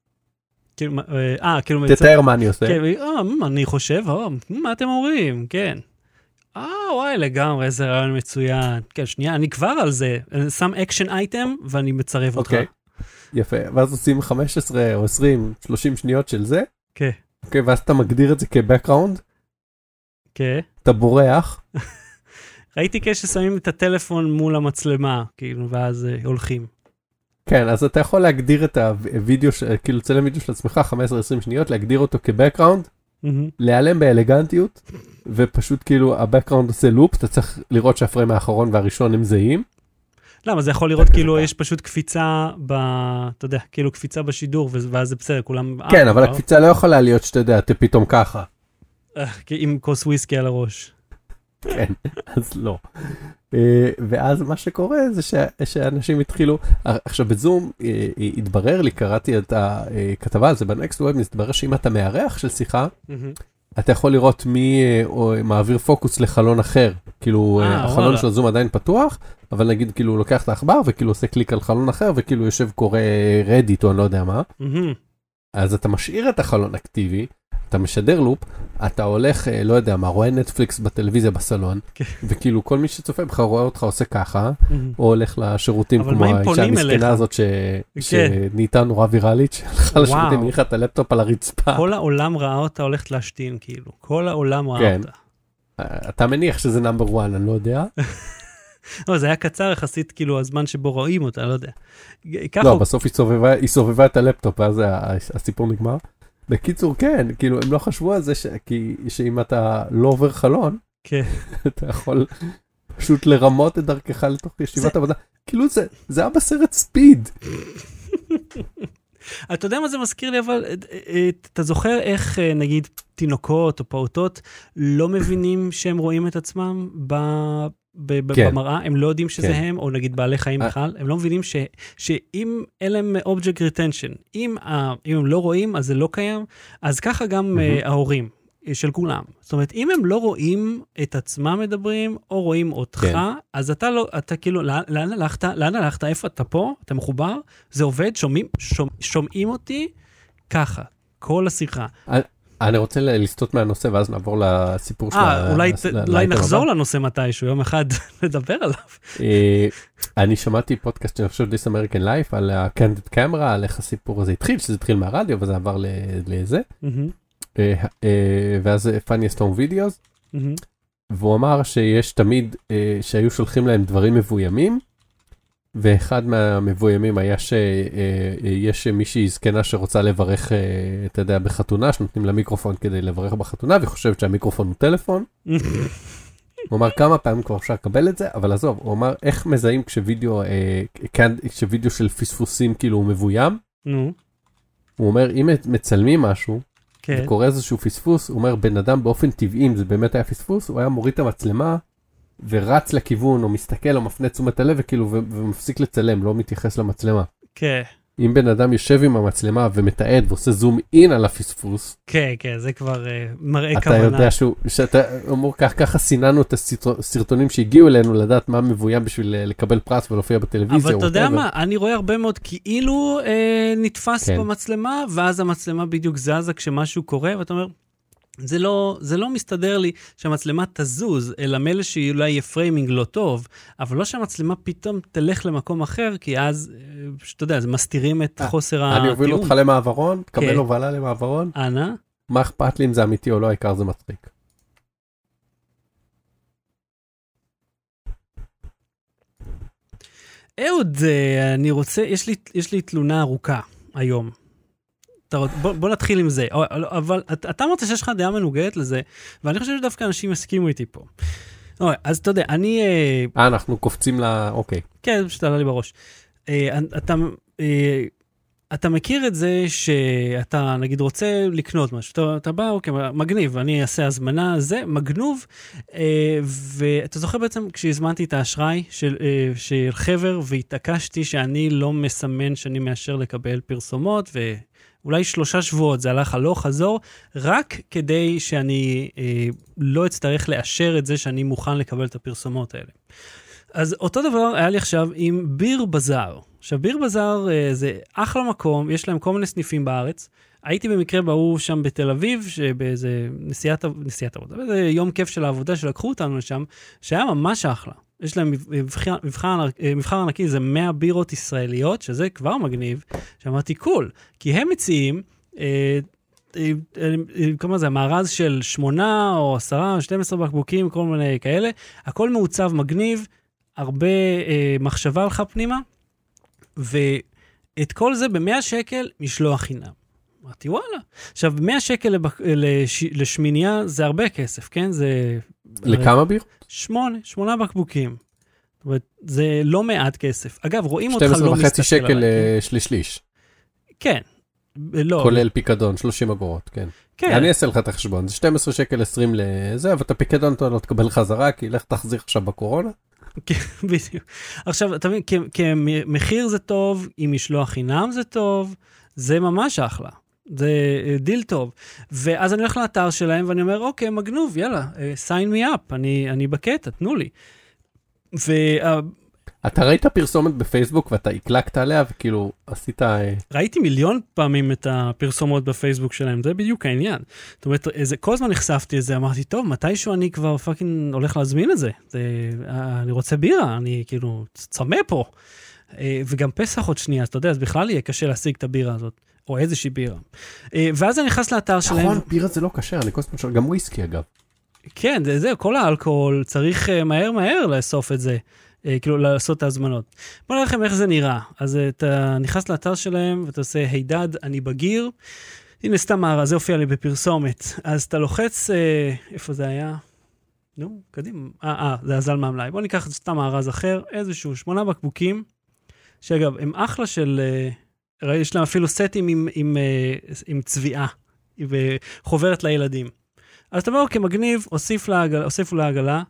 S1: אה, כאילו...
S2: תתאר מה אני עושה.
S1: אני חושב, מה אתם אומרים? כן. אה, וואי, לגמרי, איזה רעיון מצוין. כן, שנייה, אני כבר על זה. שם אקשן אייטם, ואני מצרף אותך.
S2: אוקיי. יפה, ואז עושים חמש עשרה או עשרים, שלושים שניות של זה.
S1: כן.
S2: אוקיי, ואז אתה מגדיר את זה כבקראונד.
S1: כן.
S2: אתה בורח.
S1: ראיתי כששמים את הטלפון מול המצלמה, כאילו, ואז הולכים.
S2: כן, אז אתה יכול להגדיר את הוידאו, כאילו צלם וידאו של עצמך, חמש עשרה עשרים שניות, להגדיר אותו כבקראונד, להיעלם באלגנטיות, ופשוט כאילו הבקראונד עושה לופ, אתה צריך לראות שהפריים האחרון והראשון הם זהים.
S1: למה? זה יכול לראות כאילו יש פשוט קפיצה ב... אתה יודע, כאילו קפיצה בשידור, ואז זה בסדר, כולם...
S2: כן, אבל הקפיצה לא יכולה להיות שאתה יודע, אתה פתאום ככה.
S1: עם כוס וויסקי על הראש.
S2: כן, אז לא. ואז מה שקורה זה שאנשים התחילו... עכשיו בזום התברר לי, קראתי את הכתבה על זה בנקסט ווב, התברר שאם אתה מארח של שיחה, אתה יכול לראות מי מעביר פוקוס לחלון אחר. כאילו, החלון של הזום עדיין פתוח, אבל נגיד, כאילו, הוא לוקח את האחבר, וכאילו עושה קליק על חלון אחר, וכאילו יושב קורא רדיט, או אני לא יודע מה. אז אתה משאיר את החלון אקטיבי, אתה משדר לופ, אתה הולך, לא יודע מה, רואה נטפליקס בטלוויזיה בסלון, וכאילו כל מי שצופה בך רואה אותך עושה ככה, או הולך לשירותים כמו האישה המסכנה הזאת שנהייתה נורא ויראלית, שהלכה לשירותים, הניחה את הלפטופ על הרצפה.
S1: כל העולם ראה אותה הולכת להשתין, כאילו. כל העולם ראה אותה.
S2: אתה מניח שזה נאמבר אחד, אני לא יודע.
S1: לא, זה היה קצר יחסית, כאילו, הזמן שבו רואים אותה, לא יודע.
S2: לא, בסוף היא סובבה את הלפטופ, ואז הסיפור נגמר. בקיצור, כן, כאילו, הם לא חשבו על זה, שאם אתה לא עובר חלון, אתה יכול פשוט לרמות את דרכך לתוך ישיבת עבודה. כאילו, זה היה בסרט ספיד.
S1: אתה יודע מה זה מזכיר לי, אבל אתה זוכר איך, נגיד, תינוקות או פעוטות לא מבינים שהם רואים את עצמם במראה, הם לא יודעים שזה הם, או נגיד בעלי חיים בכלל, הם לא מבינים שאם אין להם object retention, אם הם לא רואים, אז זה לא קיים, אז ככה גם ההורים של כולם. זאת אומרת, אם הם לא רואים את עצמם מדברים, או רואים אותך, אז אתה לא, אתה כאילו, לאן הלכת? לאן הלכת? איפה אתה פה? אתה מחובר? זה עובד? שומעים אותי? ככה, כל השיחה.
S2: אני רוצה לסטות מהנושא, ואז נעבור לסיפור של...
S1: אה, אולי נחזור לנושא מתישהו, יום אחד לדבר עליו.
S2: אני שמעתי פודקאסט שאני חושב This American Life, על ה-Candid Camera, על איך הסיפור הזה התחיל, שזה התחיל מהרדיו, וזה עבר לזה. ואז Funniest Home Videos, והוא אמר שיש תמיד, שהיו שולחים להם דברים מבוימים, ואחד מהמבוימים היה שיש מישהי זקנה שרוצה לברך, אתה יודע, בחתונה, שנותנים לה מיקרופון כדי לברך בחתונה, והיא חושבת שהמיקרופון הוא טלפון. הוא אמר כמה פעמים כבר אפשר לקבל את זה, אבל עזוב, הוא אמר איך מזהים כשווידאו, כשווידאו של פספוסים כאילו הוא מבוים. הוא אומר, אם מצלמים משהו, וקורא איזשהו פספוס, הוא אומר, בן אדם באופן טבעי, אם זה באמת היה פספוס, הוא היה מוריד את המצלמה, ורץ לכיוון, או מסתכל, או מפנה תשומת הלב, וכאילו, ומפסיק לצלם, לא מתייחס למצלמה.
S1: כן.
S2: אם בן אדם יושב עם המצלמה, ומתעד, ועושה זום אין על הפספוס.
S1: כן, כן, זה כבר מראה כוונה.
S2: אתה יודע שהוא, שאתה אומר, ככה סיננו את הסרטונים שהגיעו אלינו, לדעת מה מבוים בשביל לקבל פרס ולהופיע בטלוויזיה.
S1: אבל אתה יודע מה, אני רואה הרבה מאוד כאילו נתפס במצלמה, ואז המצלמה בדיוק זזה כשמשהו קורה, ואתה אומר, זה לא, זה לא מסתדר לי שהמצלמה תזוז, אלא מילא שאולי יהיה פריימינג לא טוב, אבל לא שהמצלמה פתאום תלך למקום אחר, כי אז, שאתה יודע, זה מסתירים את חוסר התיאום.
S2: אני אוביל אותך למעברון, תקבל הובלה למעברון.
S1: אנא?
S2: מה אכפת לי אם זה אמיתי או לא, העיקר זה מצחיק.
S1: אהוד, אני רוצה, יש לי, יש לי תלונה ארוכה היום. בוא, בוא נתחיל עם זה, אבל אתה אמרת שיש לך דעה מנוגדת לזה, ואני חושב שדווקא אנשים הסכימו איתי פה. אז אתה יודע, אני...
S2: אה, אנחנו קופצים ל... אוקיי.
S1: כן, פשוט עלה לי בראש. אתה, אתה מכיר את זה שאתה, נגיד, רוצה לקנות משהו, אתה, אתה בא, אוקיי, מגניב, אני אעשה הזמנה, זה מגנוב, ואתה זוכר בעצם כשהזמנתי את האשראי של, של חבר, והתעקשתי שאני לא מסמן שאני מאשר לקבל פרסומות, ו... אולי שלושה שבועות, זה הלך הלוך חזור, רק כדי שאני אה, לא אצטרך לאשר את זה שאני מוכן לקבל את הפרסומות האלה. אז אותו דבר היה לי עכשיו עם ביר בזאר. עכשיו, ביר בזאר אה, זה אחלה מקום, יש להם כל מיני סניפים בארץ. הייתי במקרה בהוא שם בתל אביב, שבאיזה נסיעת, נסיעת עבודה, באיזה יום כיף של העבודה שלקחו אותנו לשם, שהיה ממש אחלה. יש להם מבחר, מבחר, מבחר ענקי, זה מאה בירות ישראליות, שזה כבר מגניב, שאמרתי, קול, כי הם מציעים, אה, אה, אה, כמה זה, המארז של שמונה או עשרה או שתים עשרה בקבוקים, כל מיני כאלה, הכל מעוצב מגניב, הרבה אה, מחשבה לך פנימה, ואת כל זה ב-מאה שקל משלוח חינם. אמרתי, וואלה. עכשיו, מאה שקל לבק... לש... לשמינייה זה הרבה כסף, כן? זה...
S2: לכמה ביר?
S1: שמונה, שמונה בקבוקים. זאת אומרת, זה לא מעט כסף. אגב, רואים אותך לא מסתכל
S2: עליי. שתים עשרה וחצי שקל שליש-שליש.
S1: כן. לא.
S2: כולל פיקדון, שלושים אגורות, כן. כן. אני אעשה לך את החשבון. זה שתים עשרה שקל עשרים לזה, אבל את הפיקדון אתה לא תקבל חזרה, כי לך תחזיר עכשיו בקורונה.
S1: כן, בדיוק. עכשיו, אתה מבין, כמחיר זה טוב, אם משלוח חינם זה טוב, זה ממש אחלה. זה דיל טוב. ואז אני הולך לאתר שלהם ואני אומר, אוקיי, מגנוב, יאללה, sign me up, אני, אני בקטע, תנו לי. ו...
S2: אתה ראית פרסומת בפייסבוק ואתה הקלקת עליה וכאילו עשית...
S1: ראיתי מיליון פעמים את הפרסומות בפייסבוק שלהם, זה בדיוק העניין. זאת אומרת, איזה, כל הזמן נחשפתי לזה, אמרתי, טוב, מתישהו אני כבר פאקינג הולך להזמין את זה. זה אני רוצה בירה, אני כאילו צמא פה. וגם פסח עוד שנייה, אז אתה יודע, אז בכלל יהיה קשה להשיג את הבירה הזאת. או איזושהי בירה. ואז אני נכנס לאתר שלהם...
S2: נכון, בירה זה לא קשה, אני כל הזמן שואל, גם וויסקי אגב.
S1: כן, זה, זה, כל האלכוהול צריך מהר מהר לאסוף את זה, כאילו לעשות את ההזמנות. בוא נראה לכם איך זה נראה. אז אתה נכנס לאתר שלהם ואתה עושה, הידד, אני בגיר. הנה סתם מערה, זה הופיע לי בפרסומת. אז אתה לוחץ, איפה זה היה? נו, קדימה. אה, אה, זה הזל מהמלאי. בוא ניקח סתם מערז אחר, איזשהו שמונה בקבוקים, שאגב, הם אחלה של... יש להם אפילו סטים עם, עם, עם צביעה, וחוברת לילדים. אז אתה אומר, אוקיי, מגניב, הוסיף לעגלה, הוסיפו לעגלה,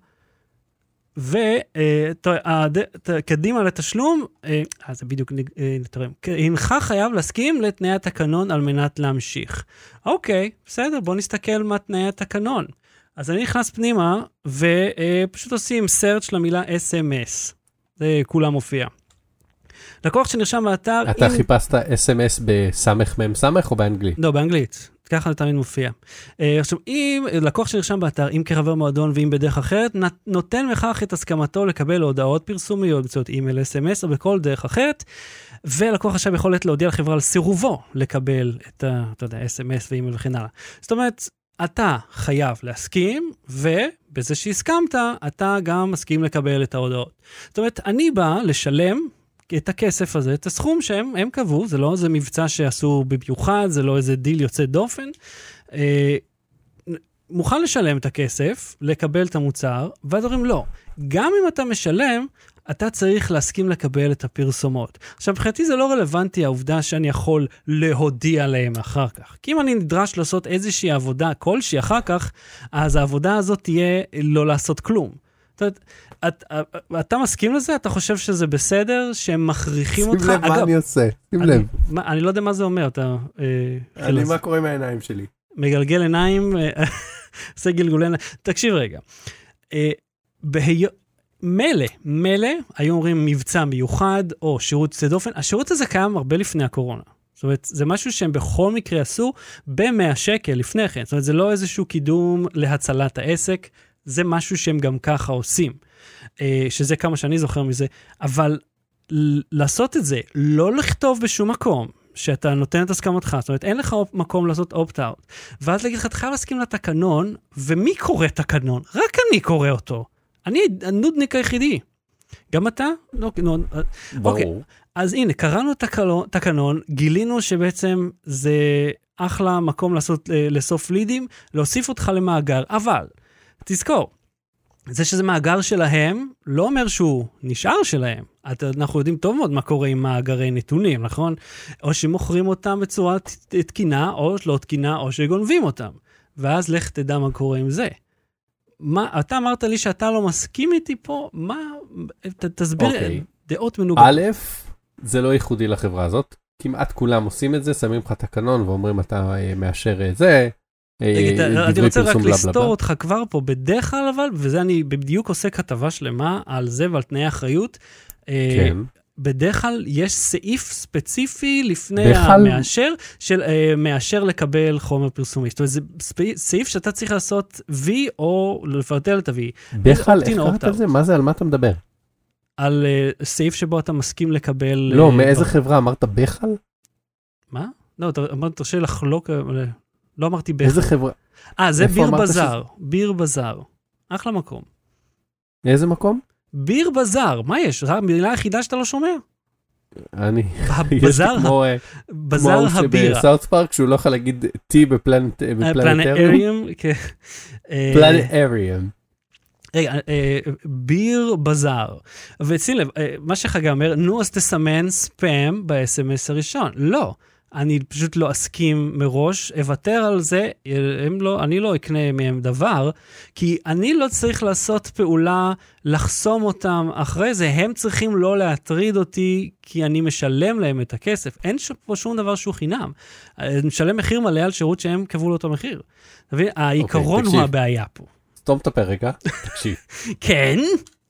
S1: וקדימה לתשלום, אז זה בדיוק נתרם, אינך חייב להסכים לתנאי התקנון על מנת להמשיך. אוקיי, בסדר, בוא נסתכל מה תנאי התקנון. אז אני נכנס פנימה, ופשוט עושים search למילה אס אם אס. זה כולה מופיע. לקוח שנרשם באתר...
S2: אתה אם... חיפשת אס אם אס בסמך מם סמך או באנגלית?
S1: לא, באנגלית. ככה זה תמיד מופיע. Uh, עכשיו, אם לקוח שנרשם באתר, אם כחבר מועדון ואם בדרך אחרת, נותן מכך את הסכמתו לקבל הודעות פרסומיות, בצעות אימייל, אס אם אס או בכל דרך אחרת, ולקוח עכשיו יכולת להודיע לחברה על סירובו לקבל את ה, אתה יודע, אס אם אס ואימייל וכן הלאה. זאת אומרת, אתה חייב להסכים, ובזה שהסכמת, אתה גם מסכים לקבל את ההודעות. זאת אומרת, אני בא לשלם את הכסף הזה, את הסכום שהם הם קבעו, זה לא איזה מבצע שעשו במיוחד, זה לא איזה דיל יוצא דופן, אה, מוכן לשלם את הכסף, לקבל את המוצר, ואז אומרים לא. גם אם אתה משלם, אתה צריך להסכים לקבל את הפרסומות. עכשיו, מבחינתי זה לא רלוונטי העובדה שאני יכול להודיע להם אחר כך. כי אם אני נדרש לעשות איזושהי עבודה כלשהי אחר כך, אז העבודה הזאת תהיה לא לעשות כלום. זאת אומרת, את, אתה מסכים לזה? אתה חושב שזה בסדר? שהם מכריחים אותך?
S2: שים לב מה אני עושה, שים לב.
S1: אני לא יודע מה זה אומר, אתה...
S2: אני, מה קורה עם העיניים שלי?
S1: מגלגל עיניים, עושה גלגול עיניים. תקשיב רגע. מלא, מלא, היו אומרים מבצע מיוחד, או שירות יוצא דופן. השירות הזה קיים הרבה לפני הקורונה. זאת אומרת, זה משהו שהם בכל מקרה עשו ב-מאה שקל לפני כן. זאת אומרת, זה לא איזשהו קידום להצלת העסק, זה משהו שהם גם ככה עושים. שזה כמה שאני זוכר מזה. אבל לעשות את זה, לא לכתוב בשום מקום, שאתה נותן את הסכמתך, זאת אומרת, אין לך מקום לעשות opt-out. ואז להגיד לך, אתה חייב להסכים לתקנון, ומי קורא תקנון? רק אני קורא אותו. אני הנודניק היחידי. גם אתה? לא, נו,
S2: ברור.
S1: אוקיי. אז הנה, קראנו את התקנון, גילינו שבעצם זה אחלה מקום לעשות, לסוף לידים, להוסיף אותך למאגר, אבל, תזכור, זה שזה מאגר שלהם, לא אומר שהוא נשאר שלהם. אנחנו יודעים טוב מאוד מה קורה עם מאגרי נתונים, נכון? או שמוכרים אותם בצורה תקינה, או לא תקינה, או שגונבים אותם. ואז לך תדע מה קורה עם זה. מה, אתה אמרת לי שאתה לא מסכים איתי פה, מה, ת, תסביר,
S2: אוקיי.
S1: דעות מנוגדות.
S2: א', זה לא ייחודי לחברה הזאת. כמעט כולם עושים את זה, שמים לך תקנון ואומרים אתה מאשר את זה.
S1: אני רוצה רק לסתור אותך כבר פה, בדרך כלל אבל, וזה אני בדיוק עושה כתבה שלמה על זה ועל תנאי אחריות.
S2: כן.
S1: בדרך כלל יש סעיף ספציפי לפני המאשר, של מאשר לקבל חומר פרסומי. זאת אומרת, זה סעיף שאתה צריך לעשות וי או לפרטל את ה-וי.
S2: בכלל, איך קראת על זה? מה זה? על מה אתה מדבר?
S1: על סעיף שבו אתה מסכים לקבל...
S2: לא, מאיזה חברה? אמרת בכלל?
S1: מה? לא, אמרת, תרשה לחלוק... לא אמרתי בכלל.
S2: איזה חברה?
S1: אה, זה ביר בזאר. ביר בזאר. אחלה מקום.
S2: איזה מקום?
S1: ביר בזאר. מה יש? מילה היחידה שאתה לא שומע?
S2: אני...
S1: בזאר, בזאר הבירה.
S2: כמו שבסאוט פארק, שהוא לא יכול להגיד T בפלנטריום. פלנטריום.
S1: רגע, ביר בזאר. ושים לב, מה שחגה אומר, נו אז תסמן ספאם ב-אס אם אס הראשון. לא. אני פשוט לא אסכים מראש, אוותר על זה, לא, אני לא אקנה מהם דבר, כי אני לא צריך לעשות פעולה, לחסום אותם אחרי זה, הם צריכים לא להטריד אותי, כי אני משלם להם את הכסף. אין פה שום דבר שהוא חינם. אני משלם מחיר מלא על שירות שהם קבעו לו אותו מחיר. העיקרון הוא הבעיה פה.
S2: סתום את הפרק, תקשיב.
S1: כן?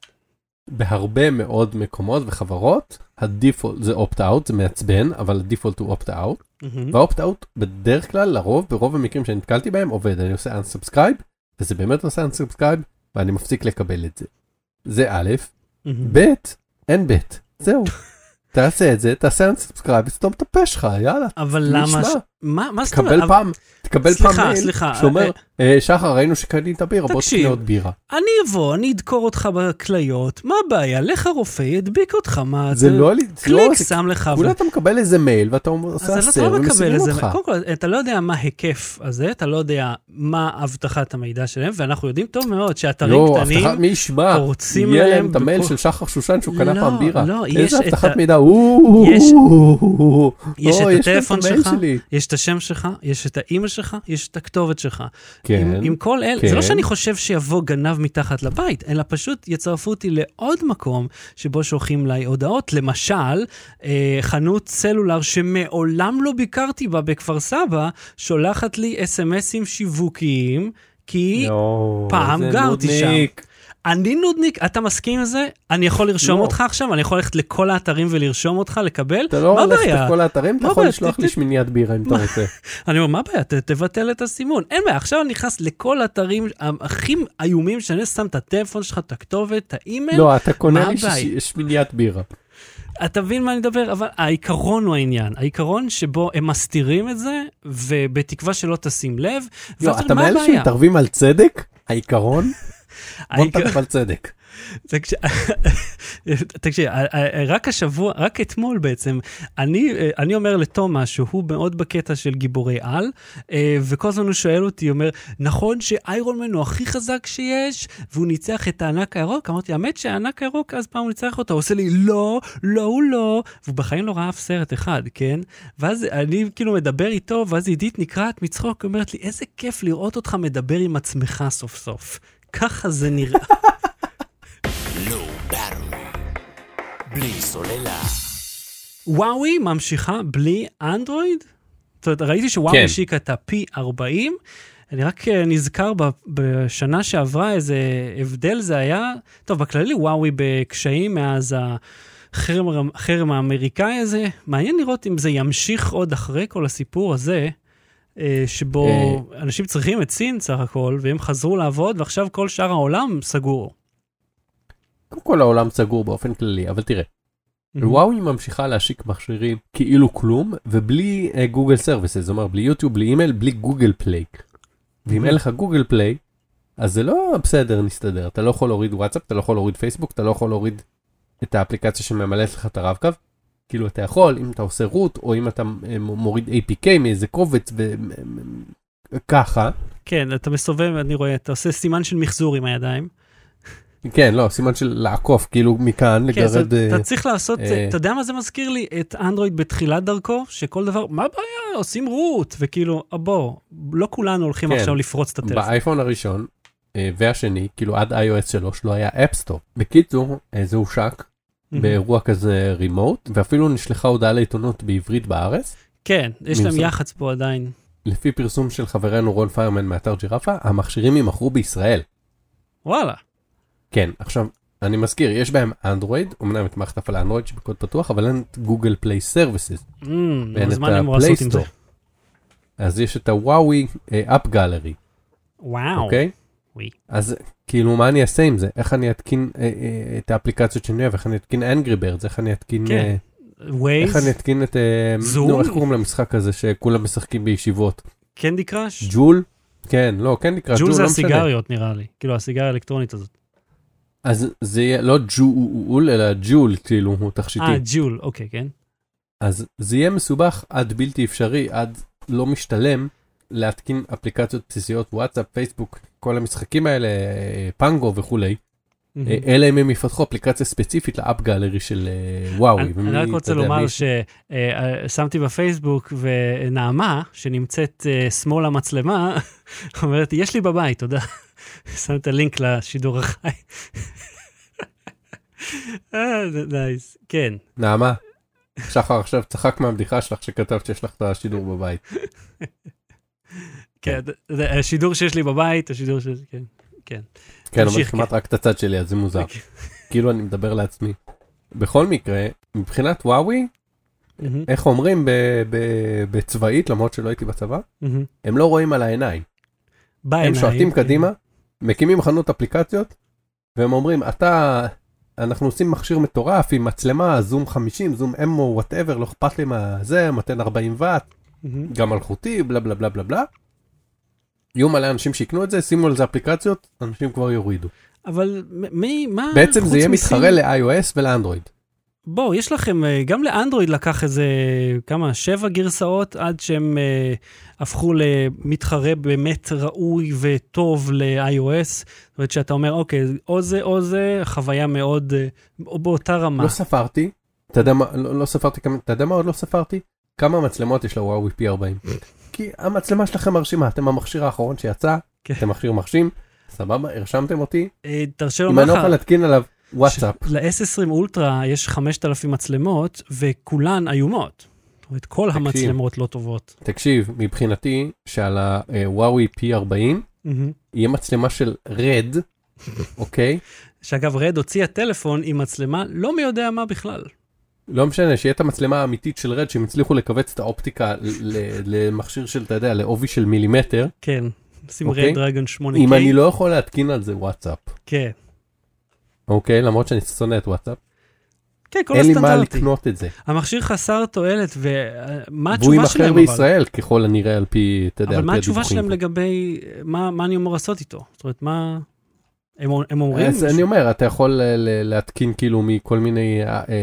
S2: בהרבה מאוד מקומות וחברות, הדיפולט זה opt-out, זה מעצבן, אבל הדיפולט הוא opt-out, וה-opt-out בדרך כלל, לרוב, ברוב המקרים שאני נתקלתי בהם, עובד, אני עושה unsubscribe, וזה באמת עושה unsubscribe, ואני מפסיק לקבל את זה. זה א', ב', אין ב', זהו. תעשה את זה, תעשה unsubscribe, וסתום את הפה שלך, יאללה.
S1: אבל למה? מה, מה זאת אומרת?
S2: תקבל פעם, תקבל פעם מייל, שאומר,
S1: אה,
S2: שחר, ראינו שקנית בירה, בוא תקנה עוד בירה.
S1: אני אבוא, אני אדקור אותך בכליות, מה הבעיה? לך הרופא, ידביק אותך, מה?
S2: זה לא,
S1: קליק, שם לך.
S2: כולה אתה מקבל איזה מייל, ואתה עושה סר, ומסירים אותך.
S1: קודם כל, אתה לא יודע מה היקף הזה, אתה לא יודע מה הבטחת המידע שלהם, ואנחנו יודעים טוב מאוד שאתרים קטנים,
S2: לא, מי ישמע, יהיה להם את המייל של שחר שושן, שהוא קנה פעם בירה. איזה הבטחת מידע?
S1: יש את הטלפון שלך, יש את השם שלך, יש את האימייל שלך, יש את הכתובת שלך.
S2: כן.
S1: עם כל אלה, זה לא שאני חושב שיבוא גנב מתחת לבית, אלא פשוט יצרפו אותי לעוד מקום שבו שולחים לי הודעות, למשל, חנות סלולר שמעולם לא ביקרתי בה בכפר סבא, שולחת לי אס אם אסים שיווקיים, כי פעם גרתי שם. אני נודניק, אתה מסכים עם זה? אני יכול לרשום אותך עכשיו? אני יכול ללכת לכל האתרים ולרשום אותך, לקבל?
S2: אתה לא הולך לכל האתרים, אתה יכול לשלוח לי שמיניית בירה אם אתה רוצה.
S1: אני אומר, מה הבעיה? תבטל את הסימון. אין בעיה, עכשיו אני נכנס לכל האתרים הכי איומים, שאני שם את הטלפון שלך, את הכתובת, את האימייל.
S2: לא, אתה קונה לי שמיניית בירה.
S1: אתה מבין מה אני מדבר? אבל העיקרון הוא העניין. העיקרון שבו הם מסתירים את זה, ובתקווה שלא תשים לב.
S2: אתה מאלה שמתערבים על צדק? העיקרון? בוא נתקף על צדק.
S1: תקשיב, רק השבוע, רק אתמול בעצם, אני, אני אומר לתומה שהוא מאוד בקטע של גיבורי על, וכל הזמן הוא שואל אותי, אומר, נכון שאיירון מן הוא הכי חזק שיש, והוא ניצח את הענק הירוק? אמרתי, האמת שהענק הירוק, אז פעם הוא ניצח אותו, הוא עושה לי, לא, לא, הוא לא, והוא בחיים לא ראה אף סרט אחד, כן? ואז אני כאילו מדבר איתו, ואז עידית נקראת מצחוק, אומרת לי, איזה כיף לראות אותך מדבר עם עצמך סוף סוף. ככה זה נראה.
S3: לא באטרי. בלי סוללה.
S1: וואוי ממשיכה בלי אנדרואיד? זאת אומרת, ראיתי שוואוי השיקה את ה-פי ארבעים, אני רק נזכר בשנה שעברה איזה הבדל זה היה, טוב, בכללי וואוי בקשיים מאז החרם, החרם האמריקאי הזה, מעניין לראות אם זה ימשיך עוד אחרי כל הסיפור הזה, שבו אנשים צריכים את סין סך הכל, והם חזרו לעבוד, ועכשיו כל שאר העולם סגור.
S2: כל העולם סגור באופן כללי, אבל תראה, וואוי ממשיכה להשיק מכשירים כאילו כלום, ובלי גוגל סרוויסס, זאת אומרת, בלי יוטיוב, בלי אימייל, בלי גוגל פליי. ואם אין לך גוגל פליי, אז זה לא בסדר, נסתדר. אתה לא יכול להוריד וואטסאפ, אתה לא יכול להוריד פייסבוק, אתה לא יכול להוריד את האפליקציה שממלאת לך את הרב-קו. כאילו אתה יכול, אם אתה עושה רוט, או אם אתה מוריד איי פי קיי מאיזה קובץ, וככה.
S1: כן, אתה מסובב, אני רואה, אתה עושה סימן של מחזור עם הידיים.
S2: כן, לא, סימן של לעקוף, כאילו מכאן, לגרד...
S1: כן, אתה צריך לעשות, אתה יודע מה זה מזכיר לי? את אנדרואיד בתחילת דרכו, שכל דבר, מה הבעיה? עושים רוט, וכאילו, בוא, לא כולנו הולכים עכשיו לפרוץ את הטלפון.
S2: באייפון הראשון, והשני, כאילו עד איי או אס שלוש, לא היה אפסטור. בקיצור, זה הושק, באירוע כזה רימוט, ואפילו נשלחה הודעה לעיתונות בעברית בארץ.
S1: כן, יש להם יח"צ פה עדיין.
S2: לפי פרסום של חברנו רון פיירמן מאתר ג'ירפה, המכשירים יימכרו בישראל.
S1: וואלה.
S2: כן, עכשיו, אני מזכיר, יש בהם אנדרואיד, אמנם את מערכת הפעלה אנדרואיד שבקוד פתוח, אבל אין את גוגל פליי סרוויסס.
S1: ואין את הפלייסטור.
S2: אז יש את הוואוי אפ גלרי.
S1: וואו.
S2: אוקיי? אז כאילו, מה אני אעשה עם זה? איך אני אתקין את האפליקציות שאני אוהב? איך אני אתקין Angry Birds? איך אני אתקין...
S1: כן.
S2: איך אני אתקין את... זום? איך קוראים למשחק הזה שכולם משחקים בישיבות?
S1: קנדי קראש?
S2: ג'ול? כן, לא, קנדי קראש.
S1: ג'ול זה הסיגריות נראה לי. כאילו, הסיגריה האלקטרונית הזאת.
S2: אז זה יהיה לא ג'ול, אלא ג'ול, כאילו, הוא תכשיטי.
S1: אה, ג'ול, אוקיי, כן.
S2: אז זה יהיה מסובך עד בלתי אפשרי, עד לא משתלם, להתקין אפליקציות בסיסיות, וואטסאפ, פייסבוק, כל המשחקים האלה, פנגו וכולי, אלא אם הם יפתחו אפליקציה ספציפית לאפ גלרי של וואוי.
S1: אני רק רוצה לומר ששמתי בפייסבוק ונעמה, שנמצאת שמאל המצלמה, אומרת, יש לי בבית, תודה. שם את הלינק לשידור החי. אה, נייס, כן.
S2: נעמה, שחר עכשיו צחק מהבדיחה שלך שכתבת שיש לך את השידור בבית.
S1: כן, השידור שיש לי בבית, השידור שיש, כן, כן.
S2: כן, אבל כמעט רק את הצד שלי, אז זה מוזר. כאילו אני מדבר לעצמי. בכל מקרה, מבחינת וואוי, איך אומרים בצבאית, למרות שלא הייתי בצבא, הם לא רואים על העיניים. הם שועטים קדימה, מקימים חנות אפליקציות, והם אומרים, אתה, אנחנו עושים מכשיר מטורף עם מצלמה, זום חמישים, זום אמו, whatever, לא אכפת לי מה זה, מתן ארבעים וואט, גם מלכותי, בלה בלה בלה בלה בלה. יהיו מלא אנשים שיקנו את זה, שימו על זה אפליקציות, אנשים כבר יורידו.
S1: אבל מי, מה...
S2: בעצם זה יהיה מתחרה ל-iOS ול-Android.
S1: בואו, יש לכם, גם לאנדרואיד לקח איזה, כמה, שבע גרסאות, עד שהם אה, הפכו למתחרה באמת ראוי וטוב ל-iOS. זאת אומרת שאתה אומר, אוקיי, או זה או זה, חוויה מאוד, או באותה רמה.
S2: לא ספרתי, אתה יודע מה, לא, לא ספרתי, אתה יודע מה עוד לא ספרתי? כמה מצלמות יש לוואוי פי ארבעים? כי המצלמה שלכם מרשימה, אתם המכשיר האחרון שיצא, כן. אתם מכשיר מרשים, סבבה, הרשמתם אותי.
S1: אה, תרשה לו
S2: אם אני לא יכול להתקין עליו, וואטסאפ.
S1: ל-אס עשרים אולטרה יש חמשת אלפים מצלמות, וכולן איומות. זאת אומרת, כל תקשיב, המצלמות לא טובות.
S2: תקשיב, מבחינתי, שעל הוואוי פי ארבעים, יהיה מצלמה של רד, אוקיי?
S1: שאגב, רד הוציא הטלפון עם מצלמה לא מי יודע מה בכלל.
S2: לא משנה, שיהיה את המצלמה האמיתית של רד, שהם הצליחו לקבץ את האופטיקה למכשיר של, אתה יודע, לעובי של מילימטר.
S1: כן, שים רד דרגון שמונה קיי.
S2: אם אני לא יכול להתקין על זה וואטסאפ.
S1: כן.
S2: אוקיי, למרות שאני שונא את וואטסאפ.
S1: כן, כל
S2: אין
S1: הסטנדרטי.
S2: לי מה לקנות את זה.
S1: המכשיר חסר תועלת, ומה
S2: התשובה שלהם?
S1: והוא
S2: יימכר בישראל, ככל הנראה על פי, אתה יודע,
S1: אבל מה התשובה שלהם לגבי, מה, מה אני אומר לעשות איתו? זאת אומרת, מה... הם, הם אומרים...
S2: אז אני אומר, אתה יכול להתקין כאילו מכל מיני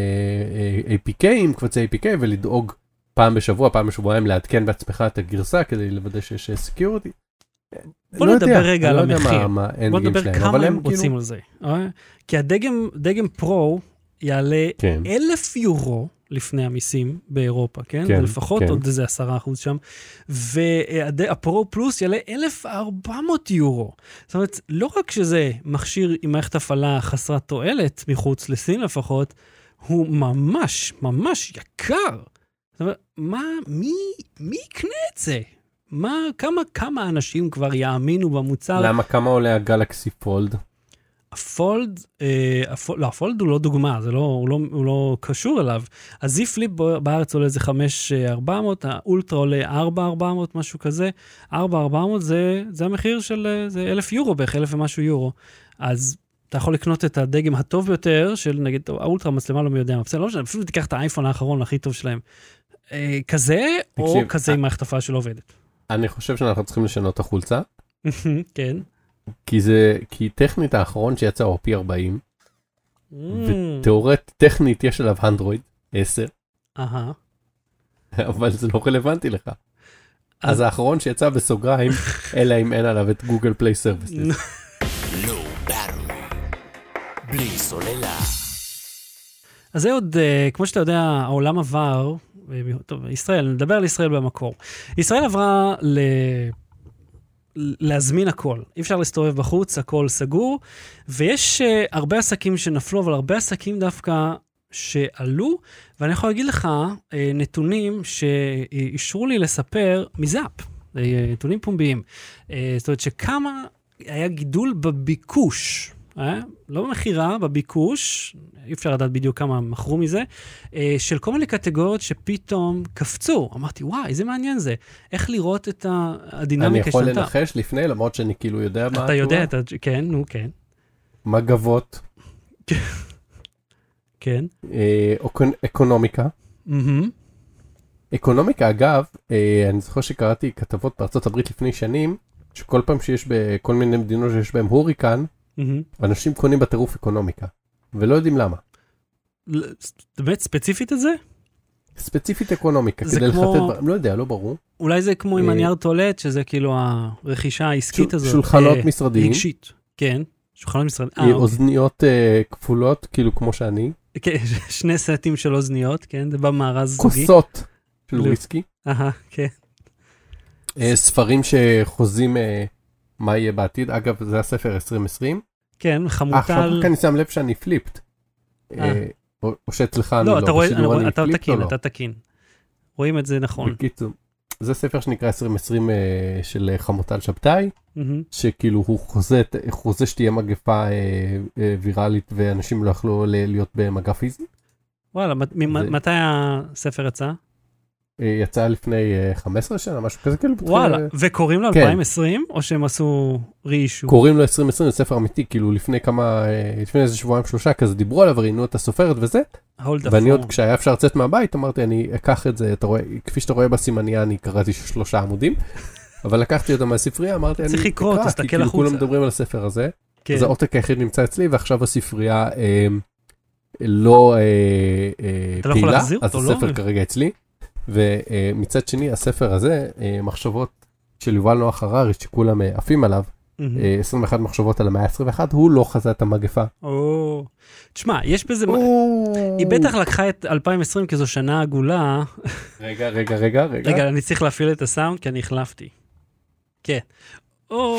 S2: איי פי קיי, קבצי איי פי קיי, ולדאוג פעם בשבוע, פעם בשבועיים, לעדכן בעצמך את הגרסה, כדי לוודא שיש סקיוריטי.
S1: בוא נדבר רגע על המחיר. בוא נדבר כמה הם רוצים על זה. כי הדגם פרו יעלה אלף יורו לפני המיסים באירופה, כן? ולפחות עוד איזה עשרה אחוז שם. והפרו פלוס יעלה אלף וארבע מאות יורו. זאת אומרת, לא רק שזה מכשיר עם מערכת הפעלה חסרת תועלת, מחוץ לסין לפחות, הוא ממש, ממש יקר. זאת אומרת, מה, מי, מי יקנה את זה? מה, כמה, כמה אנשים כבר יאמינו במוצר?
S2: למה, כמה עולה הגלקסי פולד?
S1: הפולד, אה, הפול, לא, הפולד הוא לא דוגמה, זה לא, הוא לא, הוא לא קשור אליו. הזי פליפ בארץ עולה איזה חמש אלף וארבע מאות, האולטרה עולה ארבע אלף וארבע מאות, משהו כזה. ארבע אלף וארבע מאות זה, זה המחיר של, זה אלף יורו בערך, אלף ומשהו יורו. אז אתה יכול לקנות את הדגם הטוב ביותר, של נגיד, האולטרה מצלמה לא מי יודע, בסדר, לא משנה, אפילו תיקח את האייפון האחרון הכי טוב שלהם. אה, כזה, או
S2: תקשיב,
S1: כזה עם מערכת הפעלה שלא עובדת.
S2: אני חושב שאנחנו צריכים לשנות את החולצה,
S1: כן.
S2: כי זה, כי טכנית האחרון שיצא הוא פי ארבעים, ותיאורט טכנית יש עליו אנדרואיד עשר,
S1: אהה.
S2: אבל זה לא רלוונטי לך. אז האחרון שיצא בסוגריים, אלא אם אין עליו את גוגל פליי סרוויסס.
S3: Low Battery. בלי סוללה.
S1: אז זה עוד, כמו שאתה יודע, העולם עבר, טוב, ישראל, נדבר על ישראל במקור. ישראל עברה ל... להזמין הכל. אי אפשר להסתובב בחוץ, הכל סגור, ויש uh, הרבה עסקים שנפלו, אבל הרבה עסקים דווקא שעלו, ואני יכול להגיד לך uh, נתונים שאישרו לי לספר מזאפ, uh, נתונים פומביים. Uh, זאת אומרת שכמה היה גידול בביקוש, אה? לא במחירה, בביקוש, אי אפשר לדעת בדיוק כמה מכרו מזה, אה, של כל מיני קטגוריות שפתאום קפצו. אמרתי, וואי, איזה מעניין זה. איך לראות את הדינמיקה
S2: שלתה. אני יכול
S1: שנתה.
S2: לנחש לפני, למרות שאני כאילו יודע מה...
S1: אתה יודע, אתה, כן, נו, כן.
S2: מגבות.
S1: כן.
S2: אה, אקונ- אקונומיקה.
S1: Mm-hmm.
S2: אקונומיקה, אגב, אה, אני זוכר שקראתי כתבות בארצות הברית לפני שנים, שכל פעם שיש בכל מיני מדינות שיש בהם הוריקן, Mm-hmm. אנשים קונים בטירוף אקונומיקה, ולא יודעים למה.
S1: באמת, ספציפית את זה?
S2: ספציפית אקונומיקה, כדי
S1: כמו...
S2: לחטט, לא יודע, לא ברור.
S1: אולי זה כמו עם הנייר טולט, שזה כאילו הרכישה העסקית
S2: שול,
S1: הזאת.
S2: שולחנות אה, משרדיים.
S1: רגשית, כן. שולחנות משרדיים.
S2: אה, אוזניות אה, כפולות, כאילו כמו שאני.
S1: כן, שני סטים של אוזניות, כן, זה במארז זוגי.
S2: כוסות של וויסקי.
S1: אהה, כן.
S2: אה, ספרים שחוזים... אה, מה יהיה בעתיד? אגב, זה הספר עשרים עשרים.
S1: כן, חמוטל...
S2: עכשיו כאן אני שם לב שאני פליפט. או שאצלך אני לא.
S1: לא, אתה תקין, אתה תקין. רואים את זה נכון.
S2: בקיצור, זה ספר שנקרא עשרים עשרים של חמוטל שבתאי, שכאילו הוא חוזה שתהיה מגפה ויראלית, ואנשים לא יכלו להיות במגע פיזי.
S1: וואלה, מתי הספר יצא?
S2: יצא לפני חמש עשרה שנה, משהו כזה, כאילו...
S1: וואלה, וקוראים לו אלפיים ועשרים, או שהם עשו רישו?
S2: קוראים לו עשרים עשרים, זה ספר אמיתי, כאילו לפני כמה, לפני איזה שבועיים שלושה, כזה דיברו עליו, ראינו את הסופרת וזה, ואני עוד, כשהיה אפשר לצאת מהבית, אמרתי, אני אקח את זה, כפי שאתה רואה בסימניה, אני קראתי שלושה עמודים, אבל לקחתי אותו מהספרייה, אמרתי, אני אקרא, כי כאילו כולם מדברים על הספר הזה, אז העותק היחיד נמצא אצלי, ועכשיו הספרייה לא פעילה, אז הספר כרגע אצלי. ומצד שני, הספר הזה, מחשבות של יובל נוח הררי, שכולם עפים עליו, עשרים ואחת מחשבות על המאה ה-עשרים ואחת, הוא לא חזה את המגפה.
S1: תשמע, יש בזה... היא בטח לקחה את אלפיים ועשרים כזו שנה עגולה.
S2: רגע, רגע, רגע, רגע.
S1: רגע, אני צריך להפעיל את הסאונד, כי אני החלפתי. כן. או...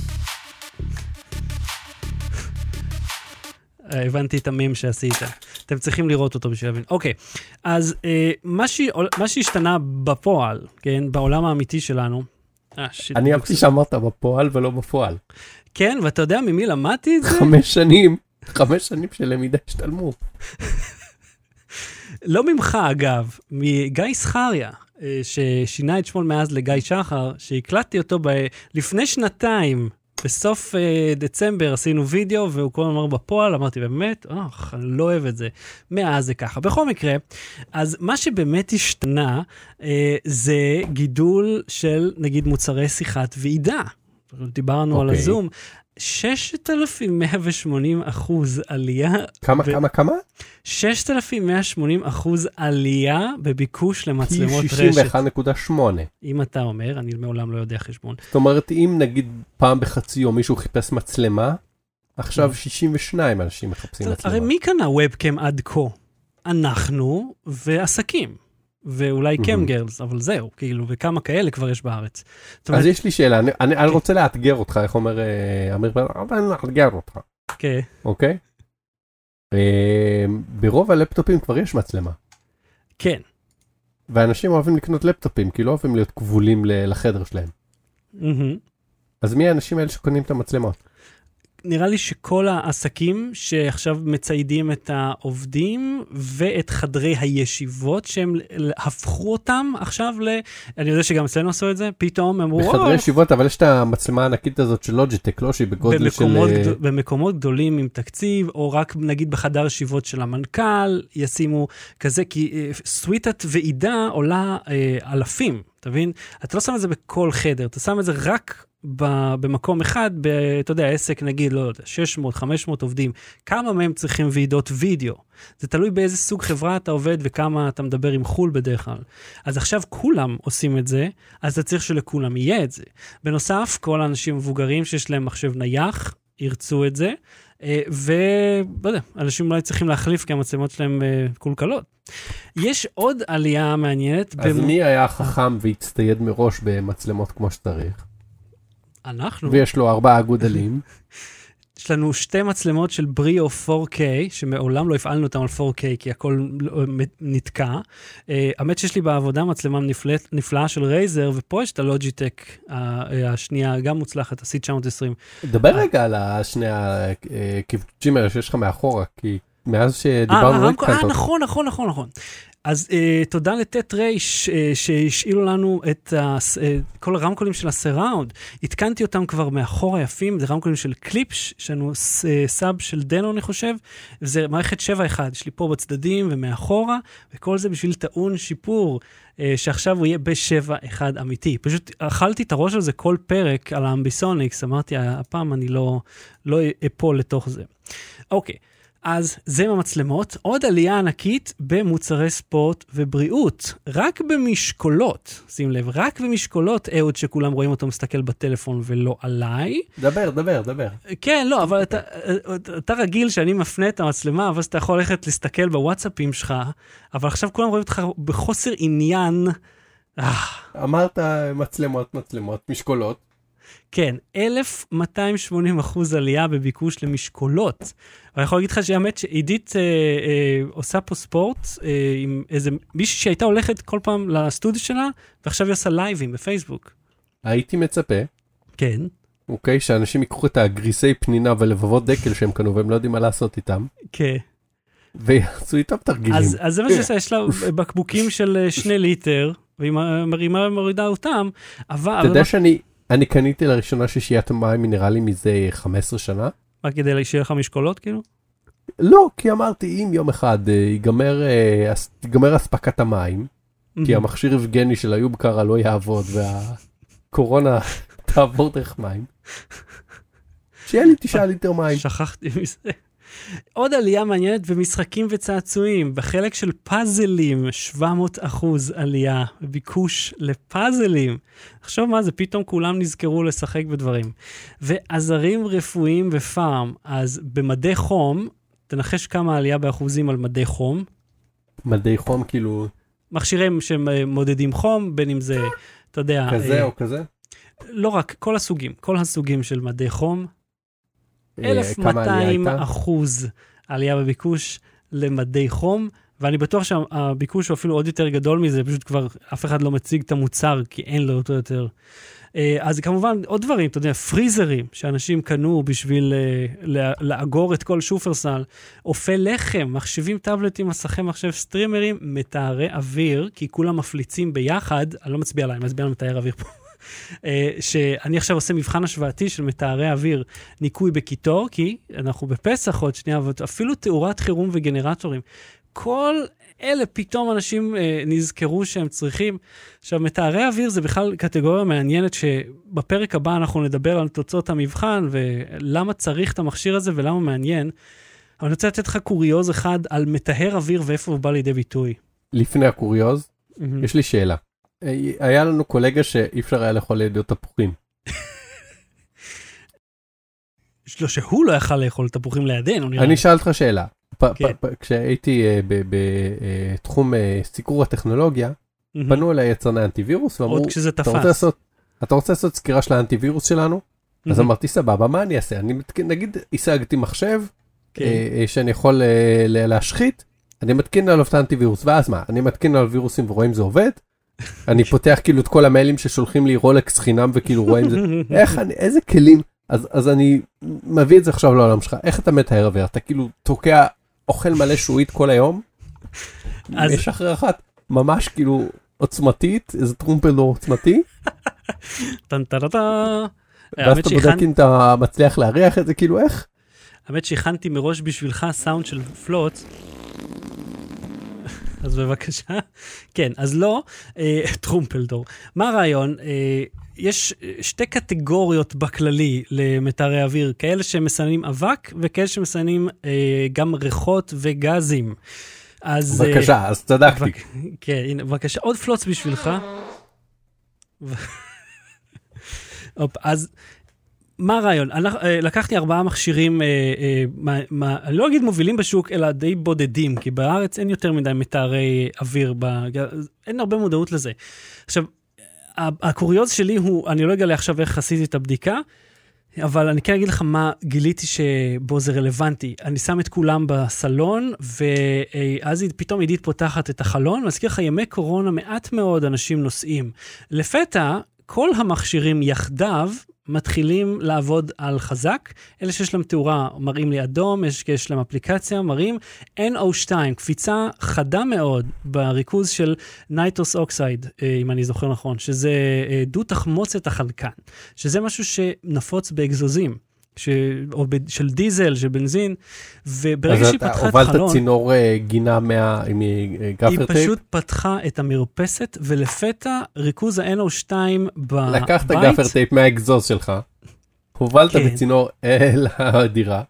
S1: הבנתי את המים שעשית. אתם צריכים לראות אותו בשביל להבין. אוקיי, אז אה, מה, ש... מה שהשתנה בפועל, כן, בעולם האמיתי שלנו... אה, שיט,
S2: אני אהבתי שאמרת בפועל ולא בפועל.
S1: כן, ואתה יודע ממי למדתי את זה?
S2: חמש שנים, חמש שנים של למידה השתלמו.
S1: לא ממך, אגב, מגיא סחריה, ששינה את שמו מאז לגיא שחר, שהקלטתי אותו ב... לפני שנתיים, בסוף uh, דצמבר עשינו וידאו, והוא כל אמר בפועל, אמרתי באמת, אוח, אני לא אוהב את זה. מאז זה ככה. בכל מקרה, אז מה שבאמת השתנה, uh, זה גידול של, נגיד, מוצרי שיחת ועידה. דיברנו okay. על הזום. ששת אלפים מאה ושמונים אחוז עלייה.
S2: כמה, ב... כמה, כמה?
S1: ששת אלפים מאה ושמונים אחוז עלייה בביקוש למצלמות רשת.
S2: שישים ואחת נקודה שמונה.
S1: אם אתה אומר, אני מעולם לא יודע חשבון.
S2: זאת אומרת, אם נגיד פעם בחצי יום מישהו חיפש מצלמה, עכשיו שישים ושניים אנשים מחפשים מצלמה.
S1: הרי מי קנה וובקאם עד כה? אנחנו ועסקים. ואולי קמגרלס, אבל זהו, כאילו, וכמה כאלה כבר יש בארץ.
S2: אז יש לי שאלה, אני רוצה לאתגר אותך, איך אומר אמיר בן, אני לאתגר אותך.
S1: אוקיי.
S2: אוקיי? ברוב הלפטופים כבר יש מצלמה.
S1: כן.
S2: ואנשים אוהבים לקנות לפטופים, כי לא אוהבים להיות כבולים לחדר שלהם. אז מי האנשים האלה שקונים את המצלמות?
S1: נראה לי שכל העסקים שעכשיו מציידים את העובדים ואת חדרי הישיבות, שהם הפכו אותם עכשיו ל... אני יודע שגם אצלנו עשו את זה, פתאום אמרו...
S2: בחדרי ישיבות, אבל יש את המצלמה הענקית הזאת של לוג'יטק, לא שהיא בגודל של...
S1: במקומות גדולים עם תקציב, או רק נגיד בחדר ישיבות של המנכ"ל, ישימו כזה, כי סוויטת ועידה עולה אלפים, אתה מבין? אתה לא שם את זה בכל חדר, אתה שם את זה רק... במקום אחד, אתה יודע, עסק נגיד, לא יודע, שש מאות חמש מאות עובדים, כמה מהם צריכים ועידות וידאו? זה תלוי באיזה סוג חברה אתה עובד וכמה אתה מדבר עם חול בדרך כלל. אז עכשיו כולם עושים את זה, אז אתה צריך שלכולם יהיה את זה. בנוסף, כל האנשים מבוגרים שיש להם מחשב נייח, ירצו את זה, ולא יודע, אנשים אולי צריכים להחליף כי המצלמות שלהם קולקלות. יש עוד עלייה מעניינת.
S2: אז במ... מי היה חכם והצטייד מראש במצלמות כמו שצריך?
S1: אנחנו.
S2: ויש לו ארבעה גודלים.
S1: יש לנו שתי מצלמות של בריאו פור קיי, שמעולם לא הפעלנו אותם על פור קיי, כי הכל נתקע. האמת שיש לי בעבודה מצלמה נפלאה של רייזר, ופה יש את הלוג'יטק השנייה, גם מוצלחת, ה-סי תשע מאות עשרים.
S2: דבר רגע על השני הכיווצ'ים שיש לך מאחורה, כי מאז שדיברנו...
S1: אה, נכון, נכון, נכון, נכון. אז uh, תודה לטט רייש uh, שהשאילו לנו את uh, uh, כל הרמקולים של הסיראונד. התקנתי אותם כבר מאחורה יפים, זה רמקולים של קליפש, יש לנו uh, סאב של דנו אני חושב, וזה מערכת שבע אחד, יש לי פה בצדדים ומאחורה, וכל זה בשביל טעון שיפור, uh, שעכשיו הוא יהיה ב-שבע אחד אמיתי. פשוט אכלתי את הראש על זה כל פרק על האמביסוניקס, אמרתי, הפעם אני לא, לא אפול לתוך זה. אוקיי. אז זה מהמצלמות, עוד עלייה ענקית במוצרי ספורט ובריאות, רק במשקולות, שים לב, רק במשקולות, אהוד שכולם רואים אותו מסתכל בטלפון ולא עליי.
S2: דבר, דבר, דבר.
S1: כן, לא, אבל אתה, אתה רגיל שאני מפנה את המצלמה, אבל אתה יכול ללכת להסתכל בוואטסאפים שלך, אבל עכשיו כולם רואים אותך בחוסר עניין.
S2: אמרת מצלמות, מצלמות, משקולות.
S1: כן, אלף מאתיים ושמונים אחוז עלייה בביקוש למשקולות. ואני יכול להגיד לך שהאמת שעידית אה, אה, עושה פה ספורט אה, עם איזה מישהי שהייתה הולכת כל פעם לסטודיו שלה, ועכשיו היא עושה לייבים בפייסבוק.
S2: הייתי מצפה.
S1: כן.
S2: אוקיי, שאנשים ייקחו את הגריסי פנינה ולבבות דקל שהם קנו, והם לא יודעים מה לעשות איתם.
S1: כן.
S2: ויעשו איתם תרגילים.
S1: אז, אז זה מה שעושה, יש לה בקבוקים של שני ליטר, והיא מרימה ומורידה אותם, אבל...
S2: אתה יודע שאני... אני קניתי לראשונה ששיית המים מינרלי מזה חמש עשרה שנה.
S1: מה, כדי שיהיה לך משקולות, כאילו?
S2: לא, כי אמרתי, אם יום אחד ייגמר, ייגמר הספקת המים, כי המכשיר אבגני של איוב קרא לא יעבוד, והקורונה תעבור דרך מים, שיהיה לי תשעה ליטר מים.
S1: שכחתי מזה. עוד עלייה מעניינת במשחקים וצעצועים, בחלק של פאזלים, שבע מאות אחוז עלייה, ביקוש לפאזלים. עכשיו מה זה, פתאום כולם נזכרו לשחק בדברים. ועזרים רפואיים בפארם, אז במדי חום, תנחש כמה עלייה באחוזים על מדי חום.
S2: מדי חום כאילו...
S1: מכשירים שמודדים חום, בין אם זה, אתה יודע...
S2: כזה אה, או כזה?
S1: לא רק, כל הסוגים, כל הסוגים של מדי חום. אלף מאתיים אחוז עלייה בביקוש למדי חום, ואני בטוח שהביקוש הוא אפילו עוד יותר גדול מזה, פשוט כבר אף אחד לא מציג את המוצר, כי אין לו אותו יותר. אז כמובן עוד דברים, אתה יודע, פריזרים שאנשים קנו בשביל לאגור את כל שופרסל, אופי לחם, מחשבים טאבלטים, מסכי מחשב סטרימרים, מתארי אוויר, כי כולם מפליצים ביחד, אני לא מצביע עליי, אני מצביע על מתאר אוויר פה. שאני עכשיו עושה מבחן השוואתי של מתארי אוויר ניקוי בקיטור, כי אנחנו בפסח עוד שנייה, אפילו תאורת חירום וגנרטורים. כל אלה פתאום אנשים אה, נזכרו שהם צריכים. עכשיו, מתארי אוויר זה בכלל קטגוריה מעניינת שבפרק הבא אנחנו נדבר על תוצאות המבחן ולמה צריך את המכשיר הזה ולמה מעניין. אבל אני רוצה לתת לך קוריוז אחד על מתאר אוויר ואיפה הוא בא לידי ביטוי.
S2: לפני הקוריוז, mm-hmm. יש לי שאלה. היה לנו קולגה שאי אפשר היה לאכול לידו תפוחים.
S1: לא שהוא לא יכל לאכול תפוחים לידינו.
S2: אני שאל אותך שאלה. כשהייתי בתחום סיקור הטכנולוגיה, פנו אליי יצרני אנטיווירוס, ואמרו, אתה רוצה לעשות סקירה של האנטיווירוס שלנו? אז אמרתי, סבבה, מה אני אעשה? נגיד, השגתי מחשב, שאני יכול להשחית, אני מתקין עליו את האנטיווירוס, ואז מה? אני מתקין עליו וירוסים ורואים זה עובד, אני פותח כאילו את כל המיילים ששולחים לי רולקס חינם וכאילו רואים זה, איך אני, איזה כלים, אז, אז אני מביא את זה עכשיו לעולם שלך. איך אתה מתאר אוויר? אתה כאילו תוקע, אוכל מלא שועית כל היום? אז... יש אחרי אחת, ממש כאילו עוצמתית, איזה טרומפלדור עוצמתי.
S1: טנטנטה.
S2: ואז אתה בודק אם אתה מצליח להריח את זה, כאילו איך?
S1: האמת שהכנתי מראש בשבילך סאונד של פלוט. אז בבקשה. כן, אז לא, אה, טרומפלדור. מה הרעיון? אה, יש שתי קטגוריות בכללי למטרי אוויר, כאלה שמסננים אבק, וכאלה שמסננים אה, גם ריחות וגזים. אז...
S2: בבקשה,
S1: אה,
S2: אז צדקתי.
S1: בק... כן, הנה, בבקשה, עוד פלוץ בשבילך. אופ, אז... מה הרעיון? לקחתי ארבעה מכשירים, אני לא אגיד מובילים בשוק, אלא די בודדים, כי בארץ אין יותר מדי מטהרי אוויר, אין הרבה מודעות לזה. עכשיו, הקוריוז שלי הוא, אני לא אגלה עכשיו איך עשיתי את הבדיקה, אבל אני כן אגיד לך מה גיליתי שבו זה רלוונטי. אני שם את כולם בסלון, ואז פתאום עידית פותחת את החלון, מזכיר לך ימי קורונה, מעט מאוד אנשים נוסעים. לפתע, כל המכשירים יחדיו, מתחילים לעבוד על חזק, אלה שיש להם תאורה מראים לי אדום, יש, יש להם אפליקציה מראים, אן או שתיים, קפיצה חדה מאוד בריכוז של נייטרוס אוקסייד, אם אני זוכר נכון, שזה דו תחמוצת החנקן, שזה משהו שנפוץ באגזוזים, ש... או ב... של דיזל, של בנזין, וברגע שהיא פתחה את חלון...
S2: הובלת צינור גינה מה... מגאפר טייפ?
S1: היא פשוט פתחה את המרפסת, ולפתע ריכוז ה-אן או שתיים בבית...
S2: לקחת גאפר טייפ מהאגזוז שלך, הובלת כן. בצינור אל הדירה.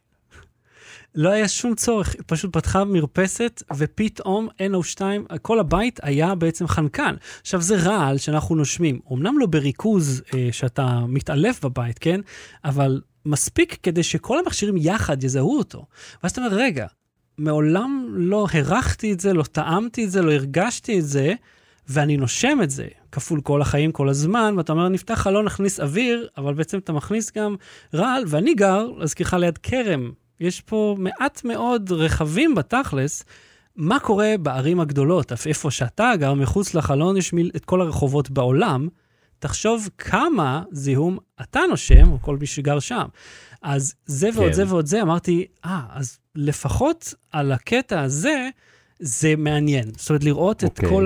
S1: לא היה שום צורך, פשוט פתחה מרפסת, ופתאום אן או שתיים, כל הבית היה בעצם חנקן. עכשיו זה רעל שאנחנו נושמים, אמנם לא בריכוז אה, שאתה מתעלף בבית, כן? אבל... מספיק כדי שכל המכשירים יחד יזהו אותו. ואז אתה אומר, רגע, מעולם לא הרחתי את זה, לא טעמתי את זה, לא הרגשתי את זה, ואני נושם את זה, כפול כל החיים, כל הזמן, ואתה אומר, נפתח חלון, נכניס אוויר, אבל בעצם אתה מכניס גם רעל, ואני גר, להזכירך ליד כרם, יש פה מעט מאוד רכבים בתכלס, מה קורה בערים הגדולות? איפה שאתה גר, מחוץ לחלון, יש את כל הרחובות בעולם, תחשוב כמה זיהום אתה נושם, או כל מי שגר שם. אז זה ועוד כן. זה ועוד זה, אמרתי, אה, אז לפחות על הקטע הזה, זה מעניין. זאת אומרת, לראות אוקיי. את כל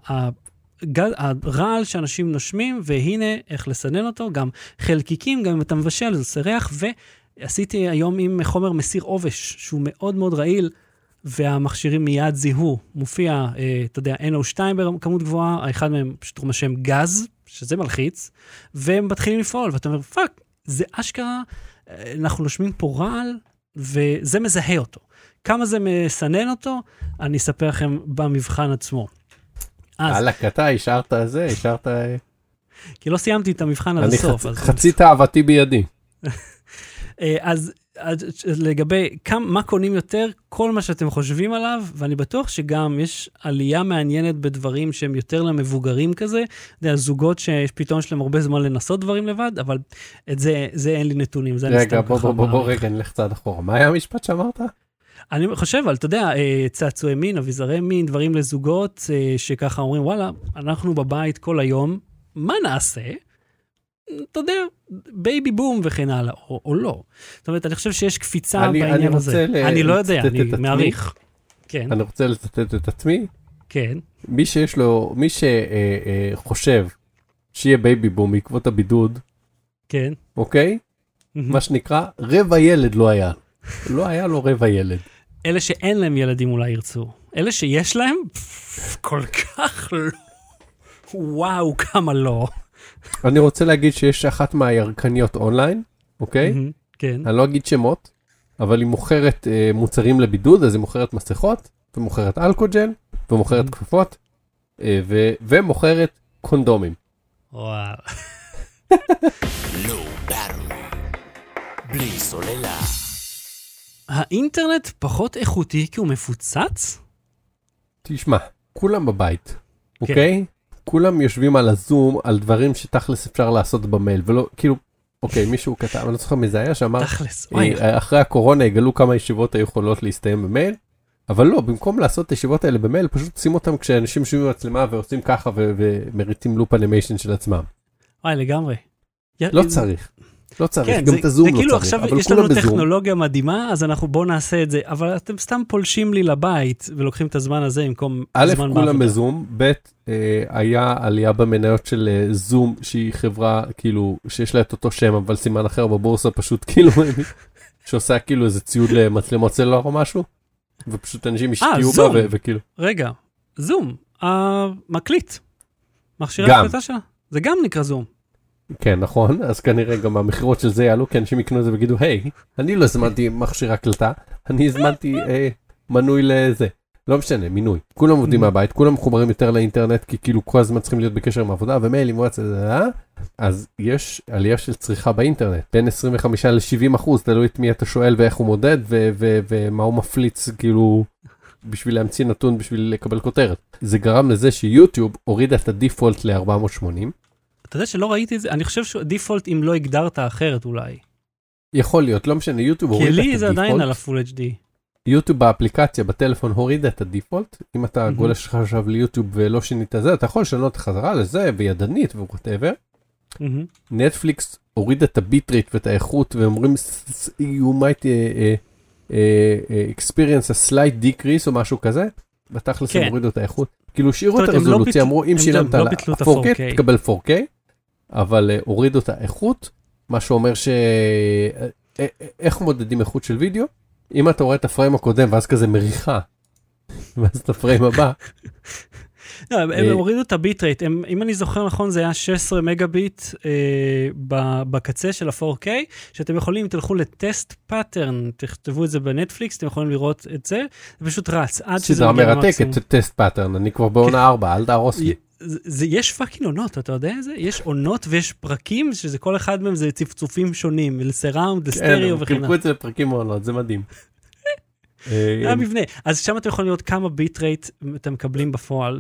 S1: הגל, הרעל שאנשים נושמים, והנה איך לסנן אותו, גם חלקיקים, גם אם אתה מבשל, זה סרח, ועשיתי היום עם חומר מסיר עובש, שהוא מאוד מאוד רעיל, והמכשירים מיד זיהו, מופיע, אה, אתה יודע, אן או שתיים בכמות גבוהה, האחד מהם פשוט רושם גז, שזה מלחיץ, והם מתחילים לפעול, ואתה אומר, פאק, זה אשכרה, אנחנו נושמים פה רעל, וזה מזהה אותו. כמה זה מסנן אותו, אני אספר לכם במבחן עצמו.
S2: הלאה, אתה השארת זה, השארת...
S1: כי לא סיימתי את המבחן עד הסוף.
S2: חצי תאוותי בידי.
S1: אז... לגבי כמה, מה קונים יותר, כל מה שאתם חושבים עליו, ואני בטוח שגם יש עלייה מעניינת בדברים שהם יותר למבוגרים כזה, זה זוגות שפתאום יש להם הרבה זמן לנסות דברים לבד, אבל את זה, זה אין לי נתונים. זה
S2: רגע, בוא, בוא, בוא, בוא, רגע, נלך צעד אחורה. מה היה המשפט שאמרת?
S1: אני חושב, אבל אתה יודע, צעצועי מין, אביזרי מין, דברים לזוגות, שככה אומרים, וואלה, אנחנו בבית כל היום, מה נעשה? אתה יודע, בייבי בום וכן הלאה, או, או לא. זאת אומרת, אני חושב שיש קפיצה
S2: אני,
S1: בעניין
S2: אני
S1: הזה.
S2: ל-
S1: אני לא יודע, אני מעריך.
S2: כן. אני רוצה לצטט את עצמי.
S1: כן.
S2: מי שיש לו, מי שחושב שיהיה בייבי בום בעקבות הבידוד,
S1: כן.
S2: אוקיי? מה שנקרא, רבע ילד לא היה. לא היה לו רבע ילד.
S1: אלה שאין להם ילדים אולי ירצו. אלה שיש להם, כל כך לא. וואו, כמה לא.
S2: אני רוצה להגיד שיש אחת מהירקניות אונליין, אוקיי?
S1: כן.
S2: אני לא אגיד שמות, אבל היא מוכרת אה, מוצרים לבידוד, אז היא מוכרת מסכות, ומוכרת אלכוג'ל, ומוכרת כפפות, אה, ו- ומוכרת קונדומים.
S1: וואו.
S3: לא ברור. בלי סוללה.
S1: האינטרנט פחות איכותי כי הוא מפוצץ?
S2: תשמע, כולם בבית, אוקיי? כולם יושבים על הזום, על דברים שתכלס אפשר לעשות במייל, ולא, כאילו, אוקיי, מישהו כתב, אני לא זוכר מי זה היה, שאמר, אחרי הקורונה יגלו כמה ישיבות היו יכולות להסתיים במייל, אבל לא, במקום לעשות את הישיבות האלה במייל, פשוט שים אותם כשאנשים יושבים במצלמה ועושים ככה ומריצים לופ אנימיישן של עצמם.
S1: וואי, לגמרי.
S2: לא צריך. לא צריך,
S1: כן,
S2: גם
S1: זה,
S2: את הזום
S1: זה
S2: לא
S1: כאילו
S2: צריך,
S1: עכשיו
S2: אבל
S1: יש
S2: כולם
S1: לנו
S2: בזום.
S1: טכנולוגיה מדהימה, אז אנחנו בואו נעשה את זה, אבל אתם סתם פולשים לי לבית, ולוקחים את הזמן הזה במקום
S2: א',
S1: הזמן בעבודה.
S2: כולם בזום, ב', אה, היה עלייה במניות של אה, זום, שהיא חברה, כאילו, שיש לה את אותו שם, אבל סימן אחר בבורסה, פשוט כאילו, שעושה כאילו איזה ציוד למצלמות סלולר או משהו, ופשוט אנשים השקיעו בה, ו- וכאילו.
S1: רגע, זום, המקליט, מכשיר
S2: גם.
S1: ההקלטה שלה, זה גם נקרא זום.
S2: כן, נכון, אז כנראה גם המחירות של זה יעלו, כי אנשים יקנו את זה ויגידו, היי, אני לא הזמנתי מכשיר הקלטה, אני הזמנתי אה, מנוי לזה. לא משנה, מינוי. כולם עובדים מהבית, כולם מחוברים יותר לאינטרנט, כי כאילו כל הזמן צריכים להיות בקשר עם העבודה, ומיילים, וואטסאפ, אז יש עלייה של צריכה באינטרנט, בין עשרים וחמישה ל-שבעים אחוז, תלוי את מי אתה שואל ואיך הוא מודד, ו- ו- ומה הוא מפליץ, כאילו, בשביל להמציא נתון, בשביל לקבל כותרת. זה גרם לזה שיוטיוב הורידה את הדיפולט ל-ארבע מאות ושמונים.
S1: אתה יודע שלא ראיתי את זה, אני חושב שדיפולט אם לא הגדרת אחרת אולי.
S2: יכול להיות, לא משנה, יוטיוב
S1: כי
S2: הורידה את
S1: לי
S2: הדיפולט.
S1: זה עדיין על ה-Full אייץ' די.
S2: יוטיוב באפליקציה, בטלפון, הורידה את הדיפולט. אם אתה
S1: Mhm.
S2: גולש לך עכשיו ליוטיוב ולא שינית זה, אתה יכול לשנות חזרה לזה, וידנית ווואטאבר.
S1: מהמם.
S2: נטפליקס הוריד את הביטרייט ואת האיכות, ואומרים, you might uh, uh, uh, experience a slight decrease או משהו כזה, בתכלס
S1: כן.
S2: הם הורידו את האיכות. כאילו השאירו
S1: זאת
S2: את
S1: אומרת, הם לא
S2: הרזולוציה,
S1: ביטלו-
S2: אמרו, אם
S1: הם
S2: שילמת
S1: לא
S2: על
S1: ביטלו את
S2: ה-פור קיי,
S1: ה-פור קיי.
S2: תקבל פור קיי, אבל uh, הורידו את האיכות, מה שאומר ש... uh, uh, איך מודדים איכות של וידאו? אם אתה רואה את הפריים הקודם, ואז כזה מריחה, ואז את הפריים הבא,
S1: לא, הם הם הורידו את הביטרייט, הם- אם אני זוכר נכון זה היה שש עשרה מגה ביט אה, ב- בקצה של ה-פור קיי, שאתם יכולים, תלכו לטסט פאטרן, תכתבו את זה בנטפליקס, אתם יכולים לראות את זה, זה פשוט רץ, עד שזה
S2: סדרה
S1: מגיע
S2: מרתקת,
S1: למקסימום.
S2: טסט פאטרן, אני כבר בעונה ארבע, אל תהרוס לי.
S1: זה, זה, יש פאקינג עונות, אתה יודע את זה? יש עונות ויש פרקים, שזה כל אחד מהם זה צפצופים שונים, לסראונד,
S2: כן,
S1: לסטריאו
S2: הם
S1: וכן
S2: חילקו
S1: הלאה.
S2: את זה לפרקים מעונות, זה מדהים.
S1: זה המבנה. אז שם אתם יכולים לראות כמה ביטרייט אתם מקבלים בפועל.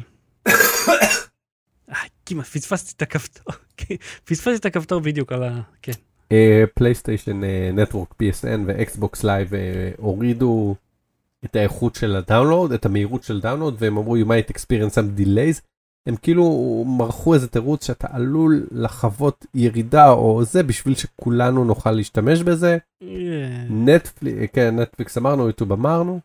S1: אה, כמעט, פספסתי את הכפתור. פספסתי את הכפתור בדיוק על ה... כן.
S2: פלייסטיישן נטוורק, פי אס אן ואקסבוקס לייב הורידו את האיכות של הדאונלוד, את המהירות של דאונלוד, והם אמרו, you might experience some delays. הם כאילו מרחו איזה תירוץ שאתה עלול לחוות ירידה או זה, בשביל שכולנו נוכל להשתמש בזה. נטפליקס, כן, נטפליקס אמרנו, יוטיוב אמרנו,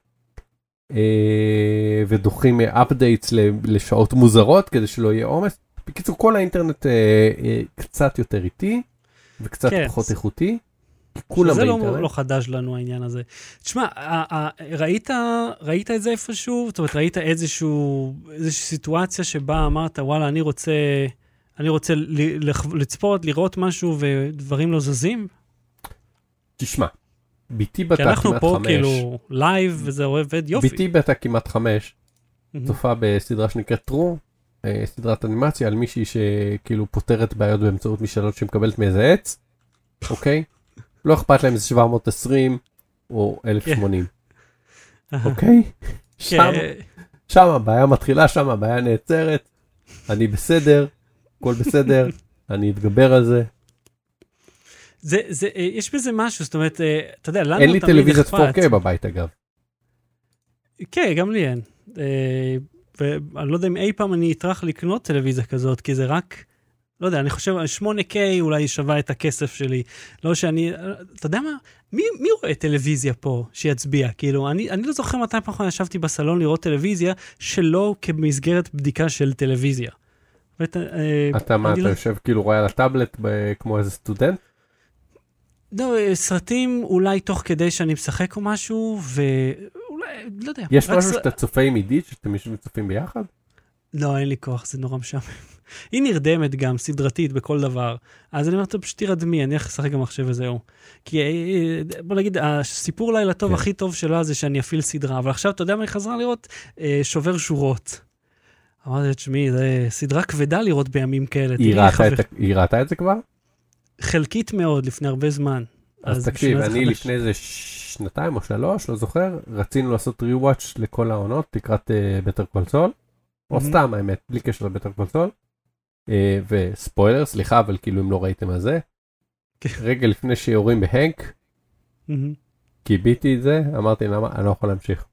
S2: אה, ודוחים אפדייטס לשעות מוזרות, כדי שלא יהיה עומס. בקיצור, כל האינטרנט אה, אה, קצת יותר איטי, וקצת
S1: כן.
S2: פחות איכותי. כולם
S1: זה
S2: באינטרנט.
S1: לא, לא חדש לנו העניין הזה. תשמע, ה- ה- ראית, ראית את זה איפשהו? זאת אומרת, ראית איזשהו, איזושהי סיטואציה שבה אמרת, וואלה, אני רוצה, אני רוצה ל- לח- לצפות, לראות משהו ודברים לא זזים?
S2: תשמע, ביתי
S1: כי
S2: בתה
S1: אנחנו
S2: כמעט
S1: פה
S2: חמש.
S1: כאילו לייב וזה עובד יופי.
S2: ביתי בתה כמעט חמש.
S1: מהמם.
S2: צופה בסדרה שנקראת טרו, אה, סדרת אנימציה על מישהי שכאילו פותרת בעיות באמצעות משאלות שמקבלת מאיזה עץ, אוקיי? לא אכפת להם זה שבע מאות ועשרים או אלף ושמונים, אוקיי? שם,
S1: כן.
S2: שם הבעיה מתחילה, שם הבעיה נעצרת, אני בסדר, הכל בסדר, אני אתגבר על זה.
S1: זה, זה, אה, יש בזה משהו, זאת אומרת, אה, אתה יודע, לנו
S2: אין לי
S1: תמיד
S2: טלוויזיית
S1: אכפת.
S2: פור קיי בבית אגב.
S1: כן, גם לי אין. אה, ואני לא יודע אם אי פעם אני אטרח לקנות טלוויזיה כזאת, כי זה רק, לא יודע, אני חושב, שמונה קיי אולי שווה את הכסף שלי. לא שאני, אתה יודע מה? מי, מי רואה טלוויזיה פה שיצביע? כאילו, אני, אני לא זוכר מתי פעם ישבתי בסלון לראות טלוויזיה, שלא כמסגרת בדיקה של טלוויזיה. ואת, אה,
S2: אתה מה,
S1: אני
S2: אתה
S1: לא-
S2: יושב כאילו רואה על הטאבלט ב- כמו איזה סטודנט?
S1: לא, אה, סרטים אולי תוך כדי שאני משחק או משהו, ואולי, לא יודע.
S2: יש
S1: רק
S2: משהו
S1: ס-
S2: שאתה צופה עם עידית, שאתם יושבים צופים ביחד?
S1: לא, אין לי כוח, זה נורא משעמם. היא נרדמת גם, סדרתית, בכל דבר. אז אני אומר, טוב, פשוט תירדמי, אני הולך לשחק במחשב וזהו. כי, אה, בוא נגיד, הסיפור לילה טוב
S2: כן.
S1: הכי טוב שלה זה שאני אפעיל סדרה, אבל עכשיו, אתה יודע מה היא חזרה לראות? אה, שובר שורות. אמרתי, תשמעי, זה סדרה כבדה לראות בימים כאלה.
S2: היא
S1: תראי,
S2: ראתה
S1: חבר-
S2: את ה- היא ראתה את זה כבר?
S1: חלקית מאוד, לפני הרבה זמן.
S2: אז תקשיב,
S1: בשביל מה זה
S2: אני
S1: חדש?
S2: לפני איזה שנתיים או שלוש, לא זוכר, רצינו לעשות ריוואץ' לכל העונות, לקראת בטר קול סול, או
S1: Mhm.
S2: סתם האמת, בלי קשר לבטר קול סול, וספוילר, סליחה, אבל כאילו אם לא ראיתם על זה,
S1: כן.
S2: רגע לפני שיורים בהנק,
S1: מהמם.
S2: קיביתי את זה, אמרתי למה, אני לא יכול להמשיך.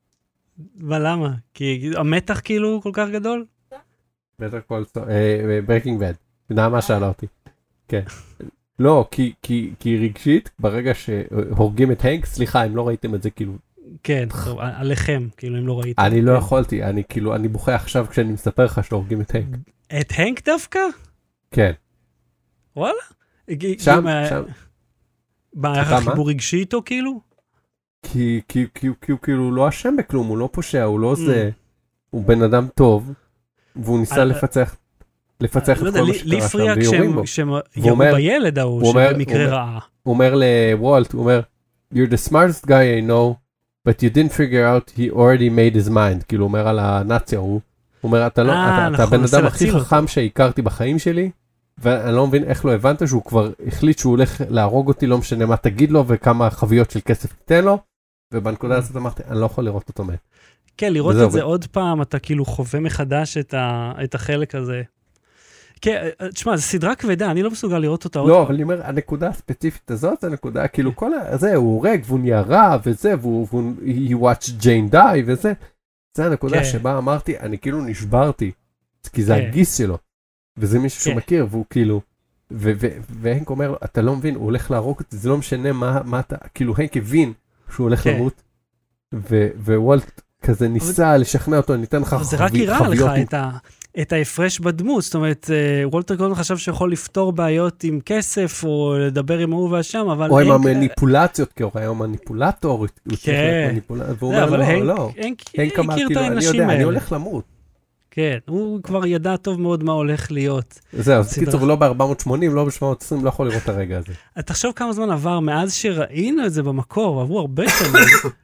S1: ולמה? כי המתח כאילו כל כך גדול?
S2: בטר קול סול, ברקינג בד, נעמה שאלה אותי. כן. לא, כי, כי, כי רגשית, ברגע שהורגים את הנק, סליחה, אם לא ראיתם את זה, כאילו...
S1: כן, טוב, עליכם, כאילו, אם לא ראיתם.
S2: אני לא
S1: כן.
S2: יכולתי, אני כאילו, אני בוכה עכשיו כשאני מספר לך שהורגים את הנק.
S1: את הנק דווקא?
S2: כן.
S1: וואלה?
S2: שם, שם.
S1: מה, היה חיבור רגשי איתו, כאילו?
S2: כי, כי, כי, כי הוא כאילו לא אשם בכלום, הוא לא פושע, הוא לא זה, הוא בן אדם טוב, והוא ניסה לפצח, לפצח את כל מה שקרה שם, ויורים בו.
S1: כשהם ירו בילד ההוא, שבמקרה רעה.
S2: הוא אומר לוולט, הוא אומר, You're the smartest guy I know, but you didn't figure out he already made his mind. כאילו, הוא אומר על הנאציה, הוא אומר, אתה הבן אדם הכי חכם שהכרתי בחיים שלי, ואני לא מבין איך לא הבנת שהוא כבר החליט שהוא הולך להרוג אותי, לא משנה מה תגיד לו, וכמה חביות של כסף תיתן לו, ובנקודה הזאת אמרתי, אני לא יכול לראות אותו מת.
S1: כן, לראות את זה עוד פעם, אתה כאילו חווה מחדש את החלק הזה. כן, תשמע, זו סדרה כבדה, אני לא מסוגל לראות אותה עוד פעם.
S2: לא, אבל אני אומר, הנקודה הספציפית הזאת, הנקודה, כאילו כל הזה, הוא הורג, והוא נהיה רע, וזה, והוא, he watched Jane die, וזה. זה הנקודה שבה אמרתי, אני כאילו נשברתי, כי זה הגיס שלו. וזה מישהו שהוא מכיר, והוא כאילו, והנק אומר, אתה לא מבין, הוא הולך להרוג אותי, זה לא משנה מה אתה, כאילו הנק הבין שהוא הולך למות, ווולט כזה ניסה לשכנע אותו, אני אתן לך חביות.
S1: זה רק יראה לך את ההפרש בדמות, זאת אומרת, וולטר קודם חשב שיכול לפתור בעיות עם כסף, או לדבר עם ההוא והשם, אבל...
S2: או עם המניפולציות, כי הוא היה מניפולטור,
S1: כן,
S2: והוא אומר, לא, לא, הנק אמר, כאילו, אני יודע, אני הולך למות.
S1: כן, הוא כבר ידע טוב מאוד מה הולך להיות.
S2: זהו, אז קיצור, לא ב-ארבע מאות ושמונים, לא ב-שבע מאות ועשרים, לא יכול לראות את הרגע הזה.
S1: תחשוב כמה זמן עבר מאז שראינו את זה במקור, עברו הרבה שנים,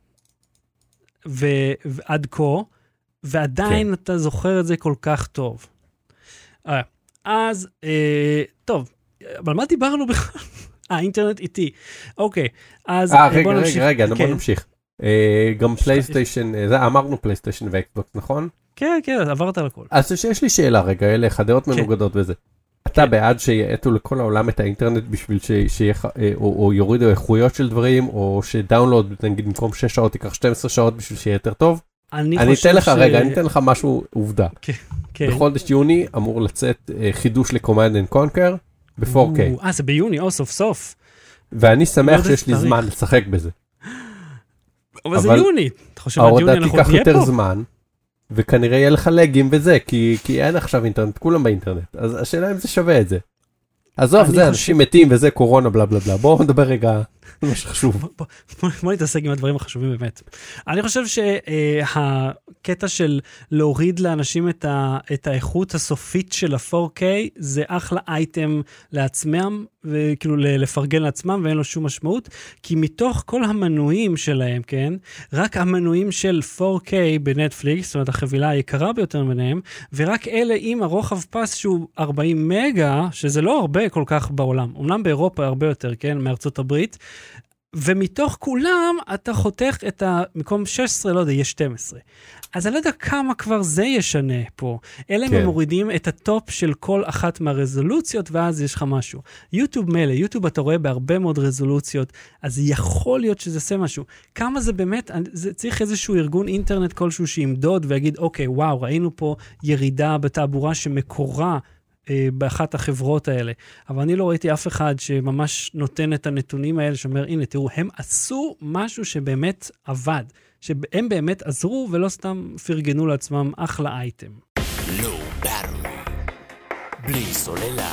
S1: ועד כה, ועדיין אתה זוכר את זה כל כך טוב. אז, טוב, אבל מה דיברנו בכלל? אה, אינטרנט איתי. אוקיי, אז...
S2: אה, רגע, רגע, רגע, בוא נמשיך. גם פלייסטיישן, אמרנו פלייסטיישן ואקסבוקס, נכון?
S1: כן, כן, עברת על הכל.
S2: אז יש לי שאלה רגע, אלה חדרות מנוגדות וזה. אתה בעד שיעטו לכל העולם את האינטרנט בשביל או יורידו איכויות של דברים, או שדאונלוד, נגיד, במקום שש שעות, ייקח שתים עשרה שעות בשביל שיהיה יותר טוב? אני אתן לך, רגע, אני אתן לך משהו, עובדה. בחודש יוני אמור לצאת חידוש ל-Command and Conquer ב-פור קיי.
S1: אה, זה ביוני, או סוף סוף.
S2: ואני שמח שיש לי זמן לשחק בזה.
S1: אבל זה יוני. אתה חושב עד יוני אנחנו נהיה פה?
S2: זמן, וכנראה יהיה לך לגים וזה, כי, כי אין עכשיו אינטרנט, כולם באינטרנט. אז השאלה אם זה שווה את זה. עזוב, זה אנשים מתים וזה קורונה, בלה בלה בלה. בואו נדבר רגע, זה מה שחשוב.
S1: בוא נתעסק עם הדברים החשובים באמת. אני חושב שהקטע של להוריד לאנשים את האיכות הסופית של ה-פור קיי, זה אחלה אייטם לעצמם, וכאילו לפרגן לעצמם, ואין לו שום משמעות, כי מתוך כל המנויים שלהם, כן, רק המנויים של פור קיי בנטפליקס, זאת אומרת, החבילה היקרה ביותר ביניהם, ורק אלה עם הרוחב פס שהוא ארבעים מגה, שזה לא הרבה כל כך בעולם, אמנם באירופה הרבה יותר, כן, מארצות הברית, ומתוך כולם אתה חותך את המקום שש עשרה, לא יודע, יש שתים עשרה. אז אני לא יודע כמה כבר זה ישנה פה. אלה כן. הם מורידים את הטופ של כל אחת מהרזולוציות, ואז יש לך משהו. יוטיוב מלא, יוטיוב אתה רואה בהרבה מאוד רזולוציות, אז יכול להיות שזה עושה משהו. כמה זה באמת, זה צריך איזשהו ארגון אינטרנט כלשהו שימדוד ויגיד, אוקיי, וואו, ראינו פה ירידה בתעבורה שמקורה, באחת החברות האלה. אבל אני לא ראיתי אף אחד שממש נותן את הנתונים האלה, שאומר, הנה, תראו, הם עשו משהו שבאמת עבד, שהם באמת עזרו ולא סתם פרגנו לעצמם אחלה אייטם.
S3: לא ברור. בלי סוללה.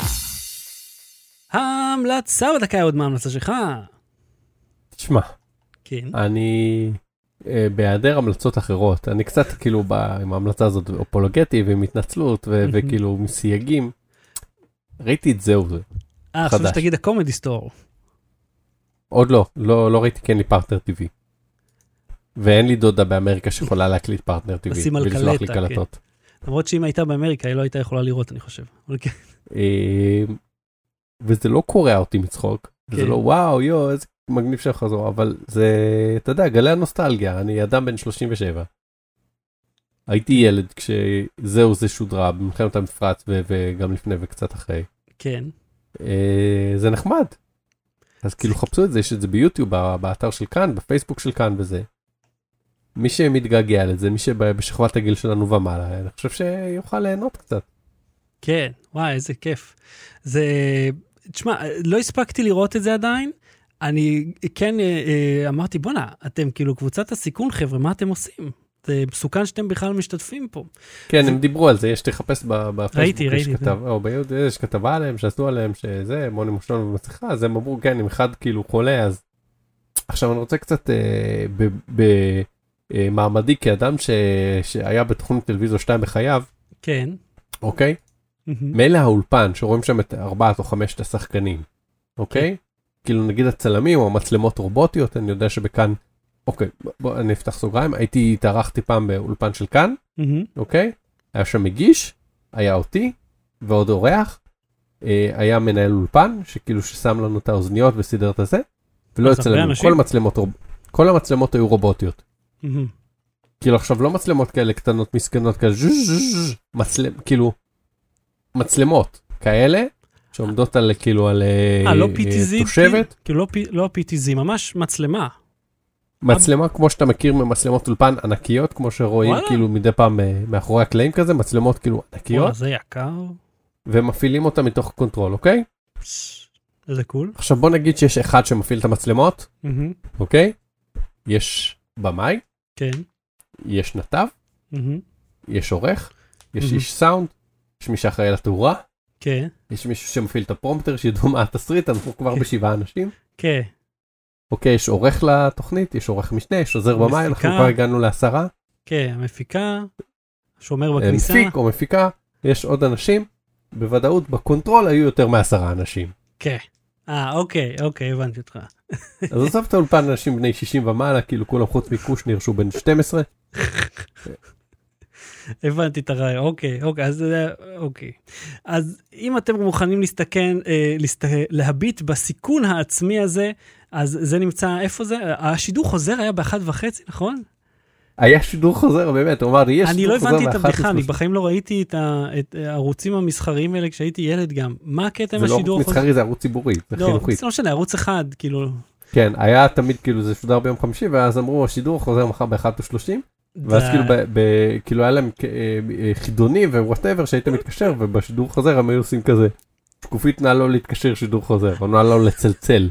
S1: ההמלצה בדקה עוד מה ההמלצה שלך?
S2: תשמע,
S1: כן.
S2: אני בהיעדר המלצות אחרות, אני קצת כאילו בא עם ההמלצה הזאת אפולוגטי ועם התנצלות וכאילו מסייגים, ראיתי את זהו זה.
S1: אה, חושב שתגיד הקומדי סטור.
S2: עוד לא, לא, לא ראיתי כן לי פרטנר טבעי. ואין לי דודה באמריקה שיכולה להקליט פרטנר טבעי.
S1: לשים על קלטה, כן. למרות שאם הייתה באמריקה, היא לא הייתה יכולה לראות, אני חושב.
S2: וזה לא קורע אותי מצחוק. וזה לא וואו, יו, איזה מגניב של חזור, אבל זה, אתה יודע, גלי הנוסטלגיה. אני אדם בן שלושים ושבע. הייתי ילד כשזהו זה שודרה במלחמת המפרץ וגם לפני וקצת אחרי.
S1: כן.
S2: זה נחמד. אז כאילו חפשו את זה, יש את זה ביוטיוב, באתר של כאן, בפייסבוק של כאן וזה. מי שמתגעגע לזה, מי שבשכבת הגיל שלנו ומעלה, אני חושב שיוכל ליהנות קצת.
S1: כן, וואי, איזה כיף. זה, תשמע, לא הספקתי לראות את זה עדיין, אני כן אמרתי, בונה, אתם כאילו קבוצת הסיכון, חבר'ה, מה אתם עושים? זה מסוכן שאתם בכלל משתתפים פה.
S2: כן, הם דיברו על זה, יש תחפש בפייסבוק,
S1: ראיתי, ראיתי.
S2: או ביהודי, יש כתבה עליהם, שעשו עליהם שזה, מוני מושלון במסכה, אז הם אמרו, כן, אם אחד כאילו חולה, אז... עכשיו אני רוצה קצת במעמדי כאדם שהיה בתוכנית טלוויזיה שתיים בחייו,
S1: כן.
S2: אוקיי? מילא האולפן, שרואים שם את ארבעת או חמשת השחקנים, אוקיי? כאילו נגיד הצלמים או מצלמות רובוטיות, אני יודע שבכאן, אוקיי, בוא אני אפתח סוגריים, הייתי התארחתי פעם באולפן של כאן, אוקיי? היה שם מגיש, היה אותי, ועוד אורח, היה מנהל אולפן, שכאילו ששם לנו את האוזניות וסידר את הזה, ולא הצלמים, כל המצלמות, כל המצלמות היו רובוטיות. כאילו עכשיו לא מצלמות כאלה קטנות מסכנות כאלה, מצלם, כאילו, מצלמות כאלה, שעומדות על כאילו על תושבת.
S1: כאילו לא פי טי זי, ממש מצלמה.
S2: מצלמה כמו שאתה מכיר ממצלמות אולפן ענקיות, כמו שרואים כאילו מדי פעם מאחורי הקלעים כזה, מצלמות כאילו ענקיות.
S1: זה יקר.
S2: ומפעילים אותה מתוך קונטרול, אוקיי?
S1: זה קול.
S2: עכשיו בוא נגיד שיש אחד שמפעיל את המצלמות, אוקיי? יש במאי.
S1: כן.
S2: יש נתב. יש עורך. יש איש סאונד. יש מי שאחראי לתאורה.
S1: כן.
S2: יש מישהו שמפעיל את הפרומפטר, שידעו מה התסריט, אנחנו כבר בשבעה אנשים.
S1: כן.
S2: אוקיי, יש עורך לתוכנית, יש עורך משנה, יש עוזר במאי, אנחנו כבר הגענו לעשרה.
S1: כן, המפיקה, שומר בכניסה.
S2: מפיק או מפיקה, יש עוד אנשים, בוודאות בקונטרול היו יותר מעשרה אנשים.
S1: כן. אה, אוקיי, אוקיי, הבנתי אותך.
S2: אז עזוב את האולפן אנשים בני שישים ומעלה, כאילו כולם חוץ מקושניר שהוא בן שתים עשרה.
S1: הבנתי את הרעיון, אוקיי, אוקיי, אז אוקיי. אז אם אתם מוכנים להסתכן, להביט בסיכון העצמי הזה, אז זה נמצא, איפה זה? השידור חוזר היה באחת וחצי, נכון?
S2: היה שידור חוזר, באמת, הוא אמר, יש
S1: אני לא הבנתי את הבדיחה, אני בחיים לא ראיתי את הערוצים המסחריים האלה כשהייתי ילד גם. מה הקטע עם השידור חוזר?
S2: זה לא ערוץ מסחרי, זה ערוץ ציבורי, זה חינוכית.
S1: לא משנה, ערוץ אחד, כאילו...
S2: כן, היה תמיד, כאילו, זה שודר ביום חמישי, ואז אמרו, השידור חוזר מחר ב-אחת ושלושים, ואז כאילו היה להם חידוני ווואטאבר שהיית מתקשר, ובשידור חוזר הם היו עושים כזה, שקופית נע לא להתקשר שידור חוזר, או נע לא לצלצל.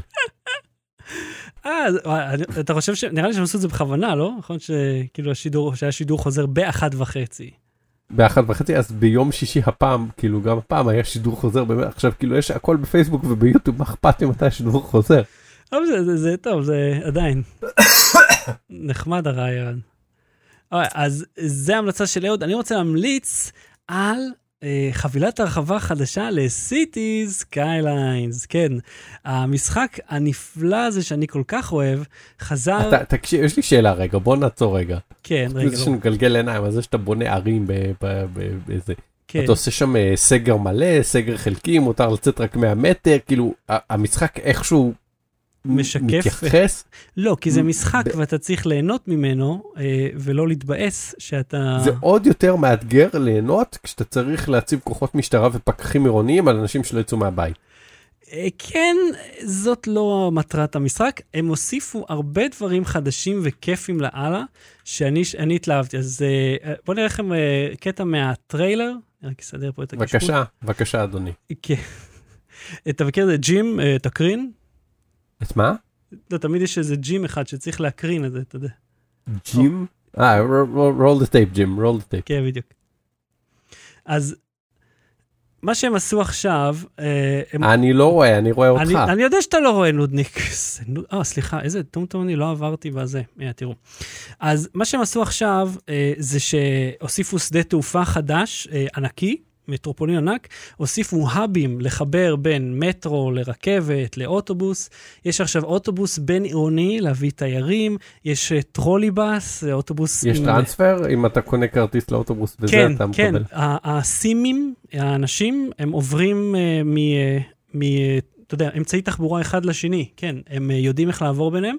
S1: אה, אתה חושב ש... נראה לי שהם עשו את זה בכוונה, לא? נכון שכאילו השידור, שהיה שידור חוזר באחת וחצי. באחת
S2: וחצי, אז ביום שישי הפעם, כאילו גם הפעם היה שידור חוזר, עכשיו כאילו יש הכל בפייסבוק וביוטיוב, מה אכפת לי מתי השידור חוזר?
S1: זה טוב, זה עדיין. נחמד הרעיון. אז זה ההמלצה של אהוד. אני רוצה להמליץ על אה, חבילת הרחבה חדשה ל-Cities Skylines. כן, המשחק הנפלא הזה שאני כל כך אוהב, חזר...
S2: אתה, תקשיב, יש לי שאלה רגע, בוא נעצור רגע.
S1: כן, רגע.
S2: זה שנגלגל עיניים, אז זה שאתה בונה ערים באיזה... כן. אתה עושה שם סגר מלא, סגר חלקי, מותר לצאת רק מאה מטר, כאילו, המשחק איכשהו...
S1: משקף.
S2: מתייחס?
S1: לא, כי זה משחק ואתה צריך ליהנות ממנו, ולא להתבאס שאתה...
S2: זה עוד יותר מאתגר ליהנות, כשאתה צריך להציב כוחות משטרה ופקחים עירוניים על אנשים שלא יצאו מהבית.
S1: כן, זאת לא מטרת המשחק. הם הוסיפו הרבה דברים חדשים וכיפים לאללה, שאני התלהבתי. אז בוא נראה לכם קטע מהטריילר. אני רק אסדר פה את הקישור.
S2: בבקשה, בבקשה אדוני.
S1: כן. אתה מכיר את זה, ג'ים, תקרין?
S2: את מה?
S1: לא, תמיד יש איזה ג'ים אחד שצריך להקרין את זה, אתה יודע.
S2: ג'ים? אה, roll the tape, ג'ים, roll the tape.
S1: כן, בדיוק. אז, מה שהם עשו עכשיו...
S2: אני לא רואה, אני רואה אותך.
S1: אני יודע שאתה לא רואה נודניק. אה, סליחה, איזה טומטום אני לא עברתי בזה. תראו. אז, מה שהם עשו עכשיו, זה שהוסיפו שדה תעופה חדש, ענקי, מטרופולין ענק, הוסיפו האבים לחבר בין מטרו לרכבת, לאוטובוס, יש עכשיו אוטובוס בין עירוני להביא תיירים, יש טרוליבאס, אוטובוס...
S2: יש עם... טרנספר, אם אתה קונה כרטיס לאוטובוס וזה
S1: כן,
S2: אתה
S1: כן,
S2: מקבל.
S1: כן, האסימים, האנשים, הם עוברים uh, מ... מ אתה יודע, אמצעי תחבורה אחד לשני, כן, הם יודעים איך לעבור ביניהם,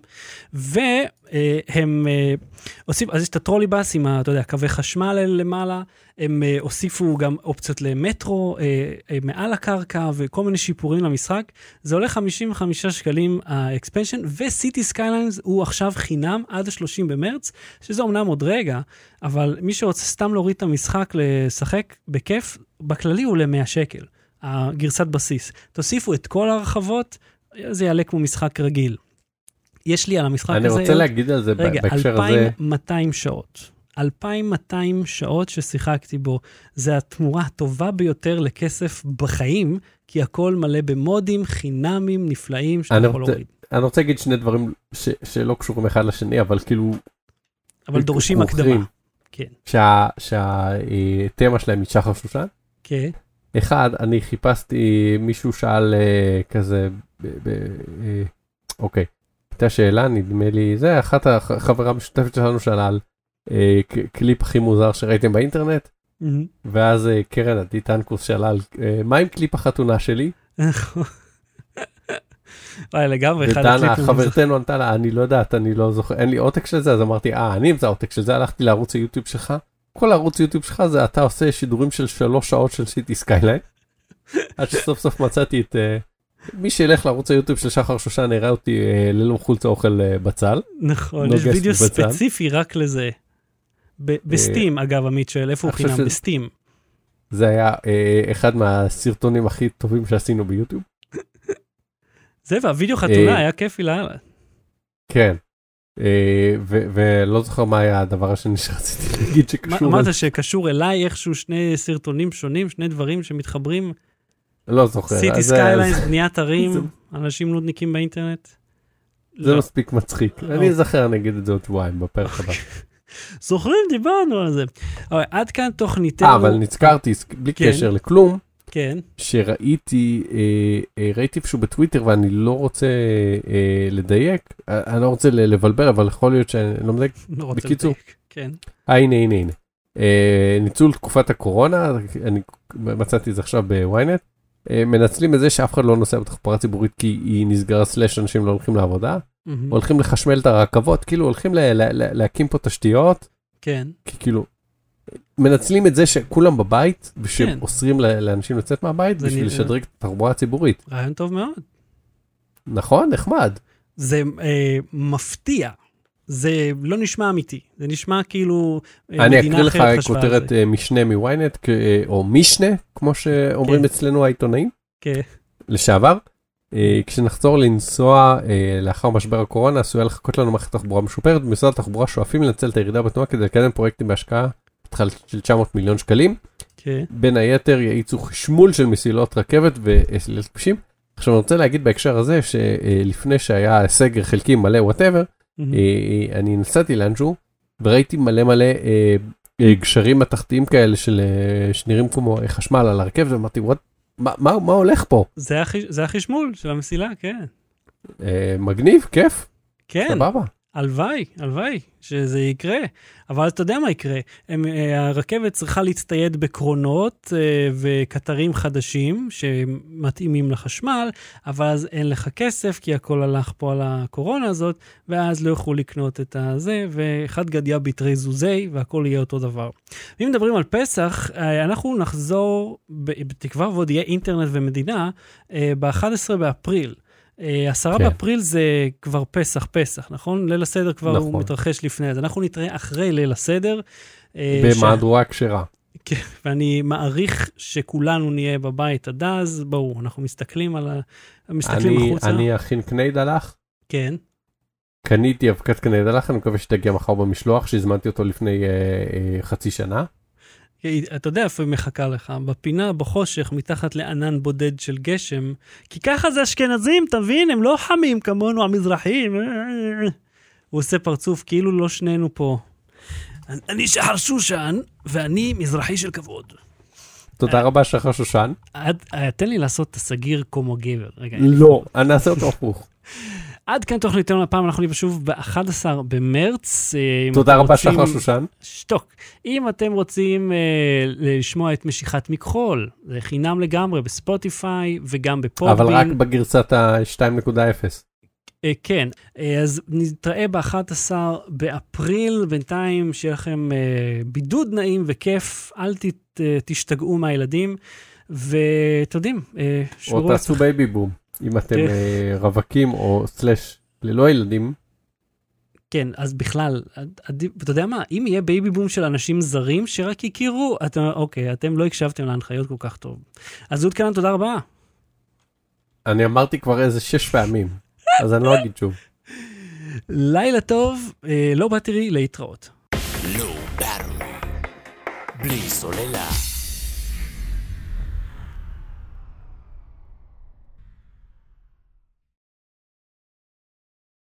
S1: והם עושים, אז יש את הטרוליבאס עם, אתה יודע, קווי חשמל למעלה, הם הוסיפו גם אופציות למטרו, מעל הקרקע, וכל מיני שיפורים למשחק, זה עולה חמישים וחמישה שקלים האקספנשן, וסיטי סקייליינס הוא עכשיו חינם עד ה-שלושים במרץ, שזה אומנם עוד רגע, אבל מי שרוצה סתם להוריד את המשחק לשחק בכיף, בכללי הוא ל-מאה שקל. הגרסת בסיס. תוסיפו את כל הרחבות, זה יעלה כמו משחק רגיל. יש לי על המשחק
S2: אני
S1: הזה...
S2: רוצה להגיד על זה
S1: רגע,
S2: בהקשר הזה...
S1: אלפיים ומאתיים שעות. אלפיים ומאתיים שעות ששיחקתי בו. זה התמורה הטובה ביותר לכסף בחיים, כי הכל מלא במודים, חינמים, נפלאים, שאתה יכול להוריד.
S2: אני רוצה להגיד שני דברים ש, שלא קשורים אחד לשני, אבל כאילו...
S1: אבל דורשים הקדמה. כן.
S2: שה, שהתמה שלהם היא שחר שושן.
S1: כן.
S2: אחד, אני חיפשתי, מישהו שאל כזה, ב, ב, אוקיי, הייתה שאלה, נדמה לי, זה אחת החברה המשותפת שלנו שאלה על קליפ הכי מוזר שראיתם באינטרנט, ואז קרן עדי טנקוס שאלה על, מה עם קליפ החתונה שלי?
S1: וואי, לגמרי, אחד
S2: הקליפים. ודנה, חברתנו ענתה לה, אני לא יודעת, אני לא זוכר, אין לי עותק של זה, אז אמרתי, אה, אני אמצא עותק של זה, הלכתי לערוץ היוטיוב שלך, כל הערוץ יוטיוב שלך זה אתה עושה שידורים של שלוש שעות של סיטי סקייליין, עד שסוף סוף מצאתי את, מי שילך לערוץ היוטיוב של שחר שושן, הראה אותי ללא חולצה אוכל בצל.
S1: נכון, יש וידאו ספציפי רק לזה. בסטים, אגב, עמית שואל, איפה הוא חינם? בסטים.
S2: זה היה אחד מהסרטונים הכי טובים שעשינו ביוטיוב.
S1: זה, והווידאו חתונה היה כיפי לאללה.
S2: כן. ולא זוכר מה היה הדבר השני שרציתי להגיד שקשור.
S1: אמרת שקשור אליי איכשהו שני סרטונים שונים, שני דברים שמתחברים.
S2: לא זוכר.
S1: סיטי סקייליינס, בניית ערים, אנשים נודניקים באינטרנט.
S2: זה מספיק מצחיק. אני אזכר, נגיד את זה עוד שבועיים בפרק הבא.
S1: זוכרים, דיברנו על זה. עד כאן תוכניתנו.
S2: אה, אבל נזכרתי, בלי קשר לכלום,
S1: כן.
S2: שראיתי, ראיתי פשוט בטוויטר, ואני לא רוצה לדייק, אני לא רוצה לבלבל, אבל יכול להיות שאני לא מדייק.
S1: לא רוצה לדייק, כן.
S2: אה, הנה, הנה, הנה. ניצול תקופת הקורונה, אני מצאתי את זה עכשיו בוויינט, מנצלים את זה שאף אחד לא נוסע בתחבורה ציבורית, כי היא נסגרה סלש, אנשים לא הולכים לעבודה, הולכים לחשמל את הרכבות, כאילו הולכים להקים פה תשתיות,
S1: כן.
S2: כי כאילו, מנצלים את זה שכולם בבית, ושאוסרים לאנשים לצאת מהבית, בשביל לשדרג את התחבורה הציבורית.
S1: רעיון טוב מאוד.
S2: נכון, נחמד.
S1: זה מפתיע. זה לא נשמע אמיתי. זה נשמע כאילו
S2: אני אקריא לך כותרת משנה מוויינט, או משנה, כמו שאומרים אצלנו העיתונאים, לשעבר. כשנחזור לנסוע לאחר משבר הקורונה, עשויה לחכות לנו מערכת תחבורה משופרת, במשרד התחבורה שואפים לנצל את הירידה בתנועה כדי לקדם פרויקטים בהשקעה של תשע מאות מיליון שקלים. בין היתר יעיצו חשמול של מסילות רכבת וסלילת כבישים. עכשיו אני רוצה להגיד בהקשר הזה, שלפני שהיה סגר חלקי מלא וואטאבר, אני נסעתי לאנשהו, וראיתי מלא מלא גשרים התחתיים כאלה שנראים כמו חשמל על הרכבת, ואמרתי, מה הולך פה?
S1: זה החשמול של המסילה, כן.
S2: מגניב, כיף.
S1: כן.
S2: סבבה.
S1: הלוואי, הלוואי, שזה יקרה. אבל אתה יודע מה יקרה. הם, הרכבת צריכה להצטייד בקרונות וקטרים חדשים שמתאימים לחשמל, אבל אז אין לך כסף, כי הכל הלך פה על הקורונה הזאת, ואז לא יוכלו לקנות את הזה, ואחד גדיה ביטרי זוזי, והכל יהיה אותו דבר. אם מדברים על פסח, אנחנו נחזור, בתקווה ועוד יהיה אינטרנט ומדינה, ב-אחד עשר באפריל. עשרה באפריל זה כבר פסח, פסח, נכון? ליל הסדר כבר הוא מתרחש לפני, אז אנחנו נתראה אחרי ליל הסדר.
S2: במהדורה כשרה.
S1: כן, ואני מעריך שכולנו נהיה בבית עד אז, ברור, אנחנו מסתכלים על ה... מסתכלים החוצה.
S2: אני אכין קנייד הלך.
S1: כן.
S2: קניתי אבקת קנייד הלך, אני מקווה שתגיע מחר במשלוח, שהזמנתי אותו לפני חצי שנה.
S1: אתה יודע איפה היא מחכה לך, בפינה, בחושך, מתחת לענן בודד של גשם, כי ככה זה אשכנזים, תבין, הם לא חמים כמונו המזרחים. הוא עושה פרצוף, כאילו לא שנינו פה. אני שחר שושן, ואני מזרחי של כבוד.
S2: תודה רבה, שחר שושן.
S1: תן לי לעשות את הסגיר כמו גבר.
S2: לא, אני אעשה אותו הפוך.
S1: עד כאן תוכניתנו לפעם, אנחנו נהיה שוב ב-אחד עשר במרץ.
S2: תודה רבה, שחר שושן.
S1: שתוק. אם אתם רוצים לשמוע את משיכת מכחול, זה חינם לגמרי בספוטיפיי וגם בפודבין.
S2: אבל רק בגרסת ה-שתיים נקודה אפס.
S1: כן, אז נתראה ב-אחד עשר באפריל, בינתיים שיהיה לכם בידוד נעים וכיף, אל תשתגעו מהילדים, ואתם יודעים,
S2: או תעשו בייבי בום. אם אתם רווקים או סלש ללא ילדים,
S1: כן, אז בכלל, אתה יודע מה, אם יהיה בייבי בום של אנשים זרים שרק יכירו, אתם, אוקיי, אתם לא הקשבתם להנחיות כל כך טוב. אז אהוד קנן, תודה רבה.
S2: אני אמרתי כבר איזה שש פעמים, אז אני לא אגיד שוב.
S1: לילה טוב, לא באטרי, להתראות.
S3: לא באטרי, בלי סוללה.